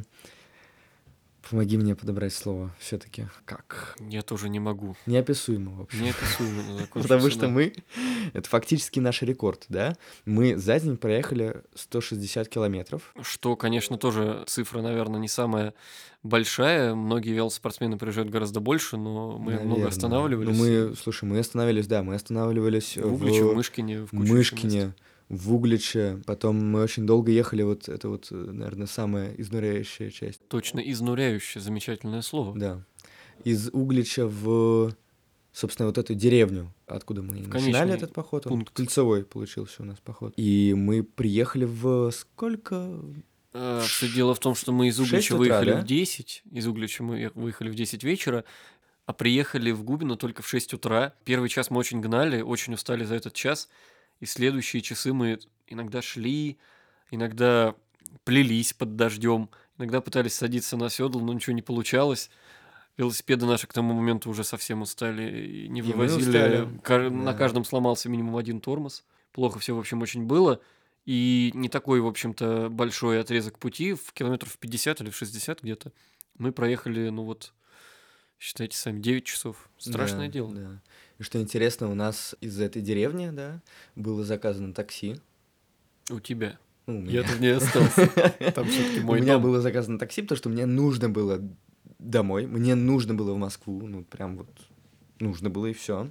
Помоги мне подобрать слово все-таки. Как? Я тоже не могу. Неописуемо, в общем. Неописуемо закончился, Потому что да. мы... Это фактически наш рекорд, да? Мы за день проехали 160 километров. Что, конечно, тоже цифра, наверное, не самая большая. Многие велоспортсмены приезжают гораздо больше, но мы много Наверно. останавливались. Ну, мы, слушай, мы остановились, да, мы остановились В Угличе, в Мышкине, в куче еще мест. Мышкине, в Угличе. Потом мы очень долго ехали, вот это вот, наверное, самая изнуряющая часть. Точно изнуряющее, замечательное слово. Да. Из Углича в, собственно, вот эту деревню, откуда мы начинали конечный этот поход. Он пункт. кольцевой получился у нас поход. И мы приехали в сколько? Все дело в том, что мы из в 6 Углича утра, выехали да? в 10, из Углича мы выехали в 10 вечера, а приехали в Губино только в 6 утра. Первый час мы очень гнали, очень устали за этот час, и следующие часы мы иногда шли, иногда плелись под дождем, иногда пытались садиться на седло, но ничего не получалось. Велосипеды наши к тому моменту уже совсем устали и не И мы вывозили. устали, На да. каждом сломался минимум один тормоз. Плохо все, в общем, очень было. И не такой, в общем-то, большой отрезок пути, в километров 50 или в 60 где-то. Мы проехали, ну вот, считайте сами, 9 часов. Страшное Да, дело. да. И что интересно, у нас из этой деревни, да, было заказано такси. У тебя. Ну, у меня. Я тут не остался. Там все-таки У мой меня дом. было заказано такси, потому что мне нужно было домой, мне нужно было в Москву, ну, прям вот нужно было, и все.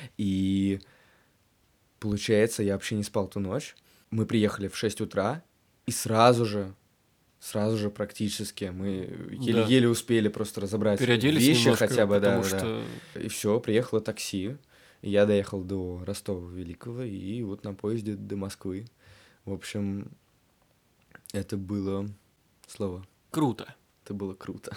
И получается, я вообще не спал ту ночь. Мы приехали в 6 утра, и сразу же практически мы Да. еле успели просто разобрать Переоделись вещи немножко, хотя бы, да, потому да. что И все, приехало такси. И я доехал до Ростова-Великого, и вот на поезде до Москвы. В общем, это было слово. круто. Это было круто.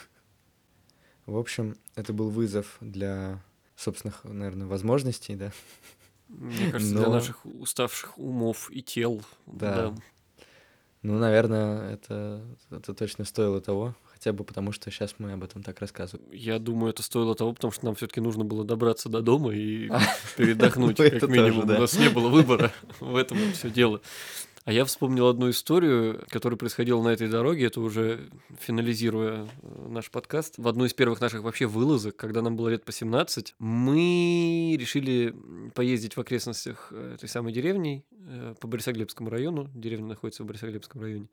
В общем, это был вызов для собственных, наверное, возможностей, да. Мне кажется, для Но- наших уставших умов и тел. Да. Ну, наверное, это точно стоило того, хотя бы потому, что сейчас мы об этом так рассказываем. Я думаю, это стоило того, потому что нам все-таки нужно было добраться до дома и передохнуть, Ну, это как минимум. тоже, да. У нас не было выбора в этом все дело. А я вспомнил одну историю, которая происходила на этой дороге, это уже финализируя наш подкаст. В одну из первых наших вообще вылазок, когда нам было лет по 17, мы решили поездить в окрестностях этой самой деревни по Борисоглебскому району. Деревня находится в Борисоглебском районе.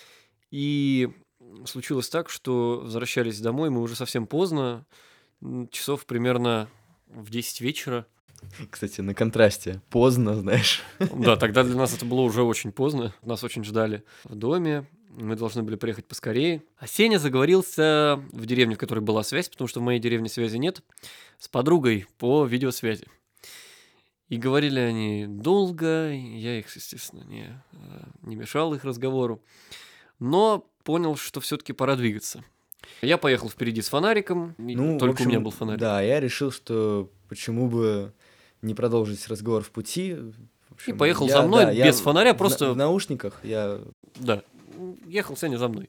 И случилось так, что возвращались домой мы уже совсем поздно, часов примерно в 10 вечера. Кстати, на контрасте. Поздно, знаешь. Да, тогда для нас это было уже очень поздно. Нас очень ждали в доме. Мы должны были приехать поскорее. А Сеня заговорился в деревне, в которой была связь, потому что в моей деревне связи нет, с подругой по видеосвязи. И говорили они долго. Я их, естественно, не мешал их разговору. Но понял, что все-таки пора двигаться. Я поехал впереди с фонариком. И Ну, в только общем, у меня был фонарик. Да, я решил, что почему бы не продолжить разговор в пути. В общем, И поехал я- за мной да, я без фонаря, в просто... в наушниках, я... Да, ехал Сеня за мной.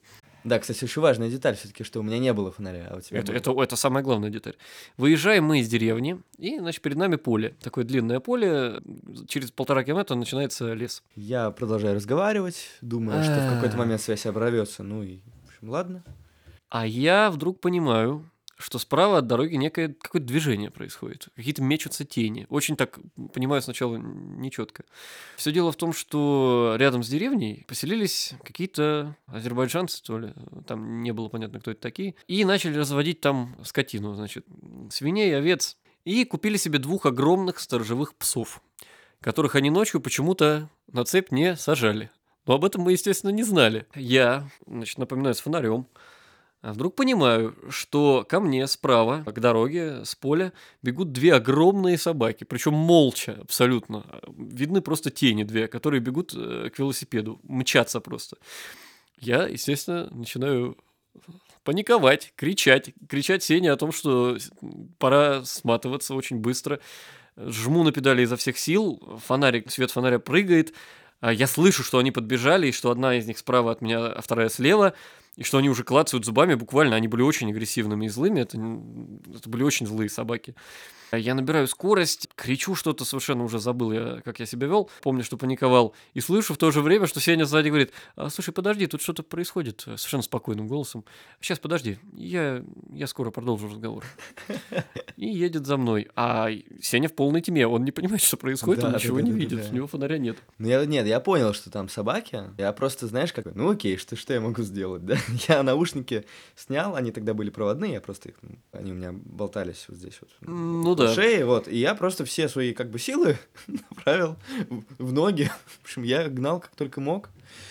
Да, кстати, очень важная деталь все-таки, что у меня не было фонаря, а у тебя был. Это самая главная деталь. Выезжаем мы из деревни, и, значит, перед нами поле. Такое длинное поле, через 1,5 километра начинается лес. Я продолжаю разговаривать, думая, что в какой-то момент связь оборвется. Ну и, в общем, ладно. А я вдруг понимаю, что справа от дороги некое какое-то движение происходит. Какие-то мечутся тени. Очень так, понимаю, сначала нечетко. Все дело в том, что рядом с деревней поселились какие-то азербайджанцы, то ли, там не было понятно, кто это такие, и начали разводить там скотину, значит, свиней, овец, и купили себе 2 огромных сторожевых псов, которых они ночью почему-то на цепь не сажали. Но об этом мы, естественно, не знали. Я, значит, напоминаю, с фонарем, а вдруг понимаю, что ко мне справа, к дороге, с поля, бегут 2 огромные собаки, причем молча абсолютно. Видны просто тени 2, которые бегут к велосипеду, мчатся просто. Я, естественно, начинаю паниковать, кричать Сене о том, что пора сматываться очень быстро. Жму на педали изо всех сил, свет фонаря прыгает, я слышу, что они подбежали, и что одна из них справа от меня, а вторая слева, и что они уже клацают зубами, буквально, они были очень агрессивными и злыми, это были очень злые собаки. Я набираю скорость, кричу что-то, совершенно уже забыл, как я себя вел, помню, что паниковал, и слышу в то же время, что Сеня сзади говорит: слушай, подожди, тут что-то происходит, совершенно спокойным голосом. Сейчас, подожди, я скоро продолжу разговор. И едет за мной. А Сеня в полной тьме, он не понимает, что происходит, он ничего не видит, у него фонаря нет. Ну, я понял, что там собаки. Я просто, знаешь, как, ну окей, что я могу сделать, да? Я наушники снял, они тогда были проводные, я просто их, они у меня болтались вот здесь вот. Ну да. Шее, вот, и я просто все свои, как бы, силы направил в ноги. В общем, я гнал как только мог.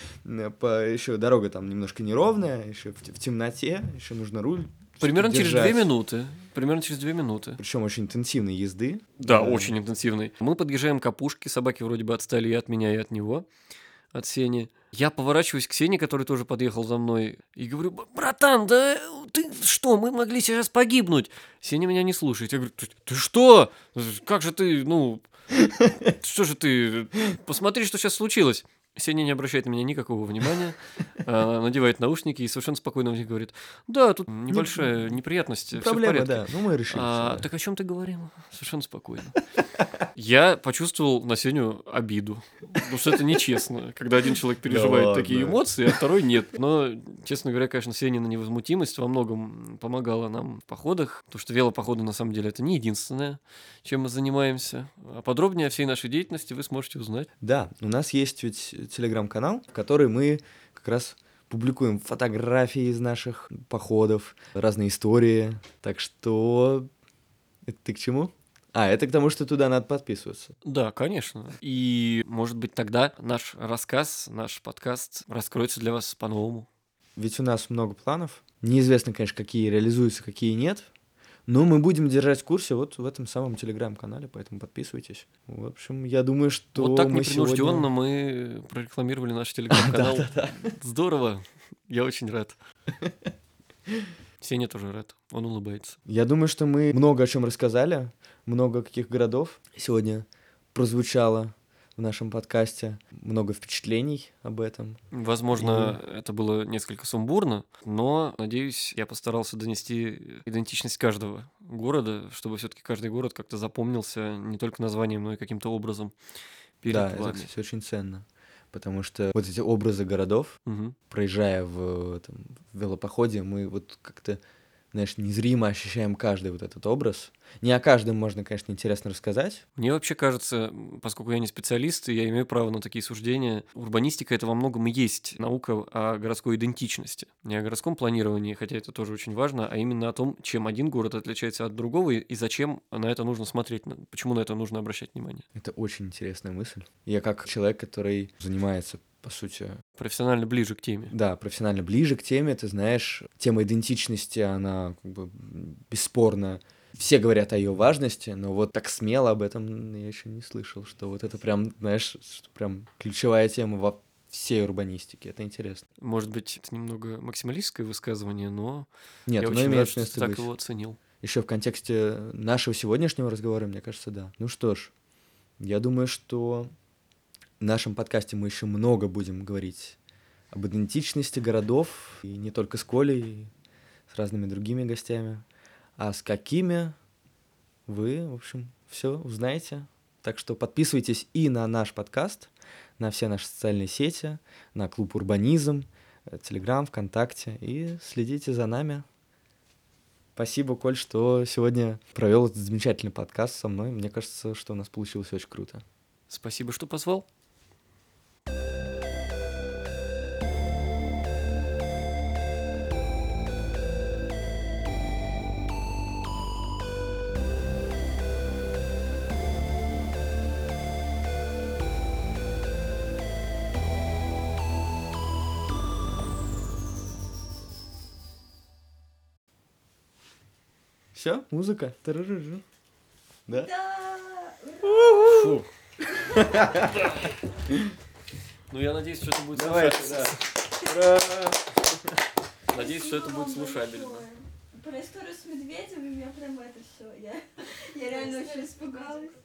Еще дорога там немножко неровная, еще в темноте, еще нужно руль Примерно через 2 держать. минуты. Примерно через 2 минуты. Причем очень интенсивной езды. Да, очень интенсивной. Мы подъезжаем к опушке, собаки вроде бы отстали и от меня, и от него, от Сени. Я поворачиваюсь к Сене, который тоже подъехал за мной, и говорю: братан, да ты что, мы могли сейчас погибнуть. Сеня меня не слушает. Я говорю: ты что? Как же ты, что же ты? Посмотри, что сейчас случилось. Сеня не обращает на меня никакого внимания, надевает наушники и совершенно спокойно в них говорит: да, тут небольшая неприятность, все в Проблема, порядке. да, ну мы решили. Так о чем ты говорил? Совершенно спокойно. Я почувствовал на Сеню обиду, потому что это нечестно, когда один человек переживает такие эмоции, а второй нет. Но, честно говоря, конечно, Сенина невозмутимость во многом помогала нам в походах, потому что велопоходы на самом деле это не единственное, чем мы занимаемся. А подробнее о всей нашей деятельности вы сможете узнать. Да, у нас есть ведь телеграм-канал, в который мы как раз публикуем фотографии из наших походов, разные истории. Так что... Это ты к чему? Это к тому, что туда надо подписываться. Да, конечно. И, может быть, тогда наш рассказ, наш подкаст раскроется для вас по-новому. Ведь у нас много планов. Неизвестно, конечно, какие реализуются, какие нет. Но мы будем держать в курсе вот в этом самом телеграм-канале, поэтому подписывайтесь. В общем, я думаю, что вот так мы непринужденно сегодня... мы прорекламировали наш телеграм-канал. Здорово. Я очень рад. Сеня тоже рад. Он улыбается. Я думаю, что мы много о чем рассказали, много каких городов сегодня прозвучало в нашем подкасте, много впечатлений об этом. Возможно, это было несколько сумбурно, но, надеюсь, я постарался донести идентичность каждого города, чтобы все-таки каждый город как-то запомнился не только названием, но и каким-то образом перед Да, вами. это, кстати, очень ценно. Потому что вот эти образы городов, проезжая в велопоходе, мы вот как-то, знаешь, незримо ощущаем каждый вот этот образ. Не о каждом можно, конечно, интересно рассказать. Мне вообще кажется, поскольку я не специалист, и я имею право на такие суждения, урбанистика — это во многом и есть наука о городской идентичности. Не о городском планировании, хотя это тоже очень важно, а именно о том, чем один город отличается от другого, и зачем на это нужно смотреть, почему на это нужно обращать внимание. Это очень интересная мысль. Я как человек, который занимается, по сути... Профессионально ближе к теме. Да, профессионально ближе к теме, ты знаешь, тема идентичности, она как бы бесспорно. Все говорят о ее важности, но вот так смело об этом я еще не слышал, что вот это прям, знаешь, что прям ключевая тема во всей урбанистике. Это интересно. Может быть, это немного максималистское высказывание, но нет, я очень рад, что ты так его оценил. Еще в контексте нашего сегодняшнего разговора, мне кажется, да. Ну что ж, я думаю, что в нашем подкасте мы еще много будем говорить об идентичности городов, и не только с Колей, и с разными другими гостями, а с какими вы, в общем, все узнаете. Так что подписывайтесь и на наш подкаст, на все наши социальные сети, на клуб «Урбанизм», Телеграм, ВКонтакте, и следите за нами. Спасибо, Коль, что сегодня провел этот замечательный подкаст со мной. Мне кажется, что у нас получилось очень круто. Спасибо, что позвал. Все, музыка. Тарарару. Да? Да! Фу. Ну, я надеюсь, что это будет слушабельно. Надеюсь, что это будет слушабельно. Про историю с медведем у меня прям это все. Я реально очень испугалась.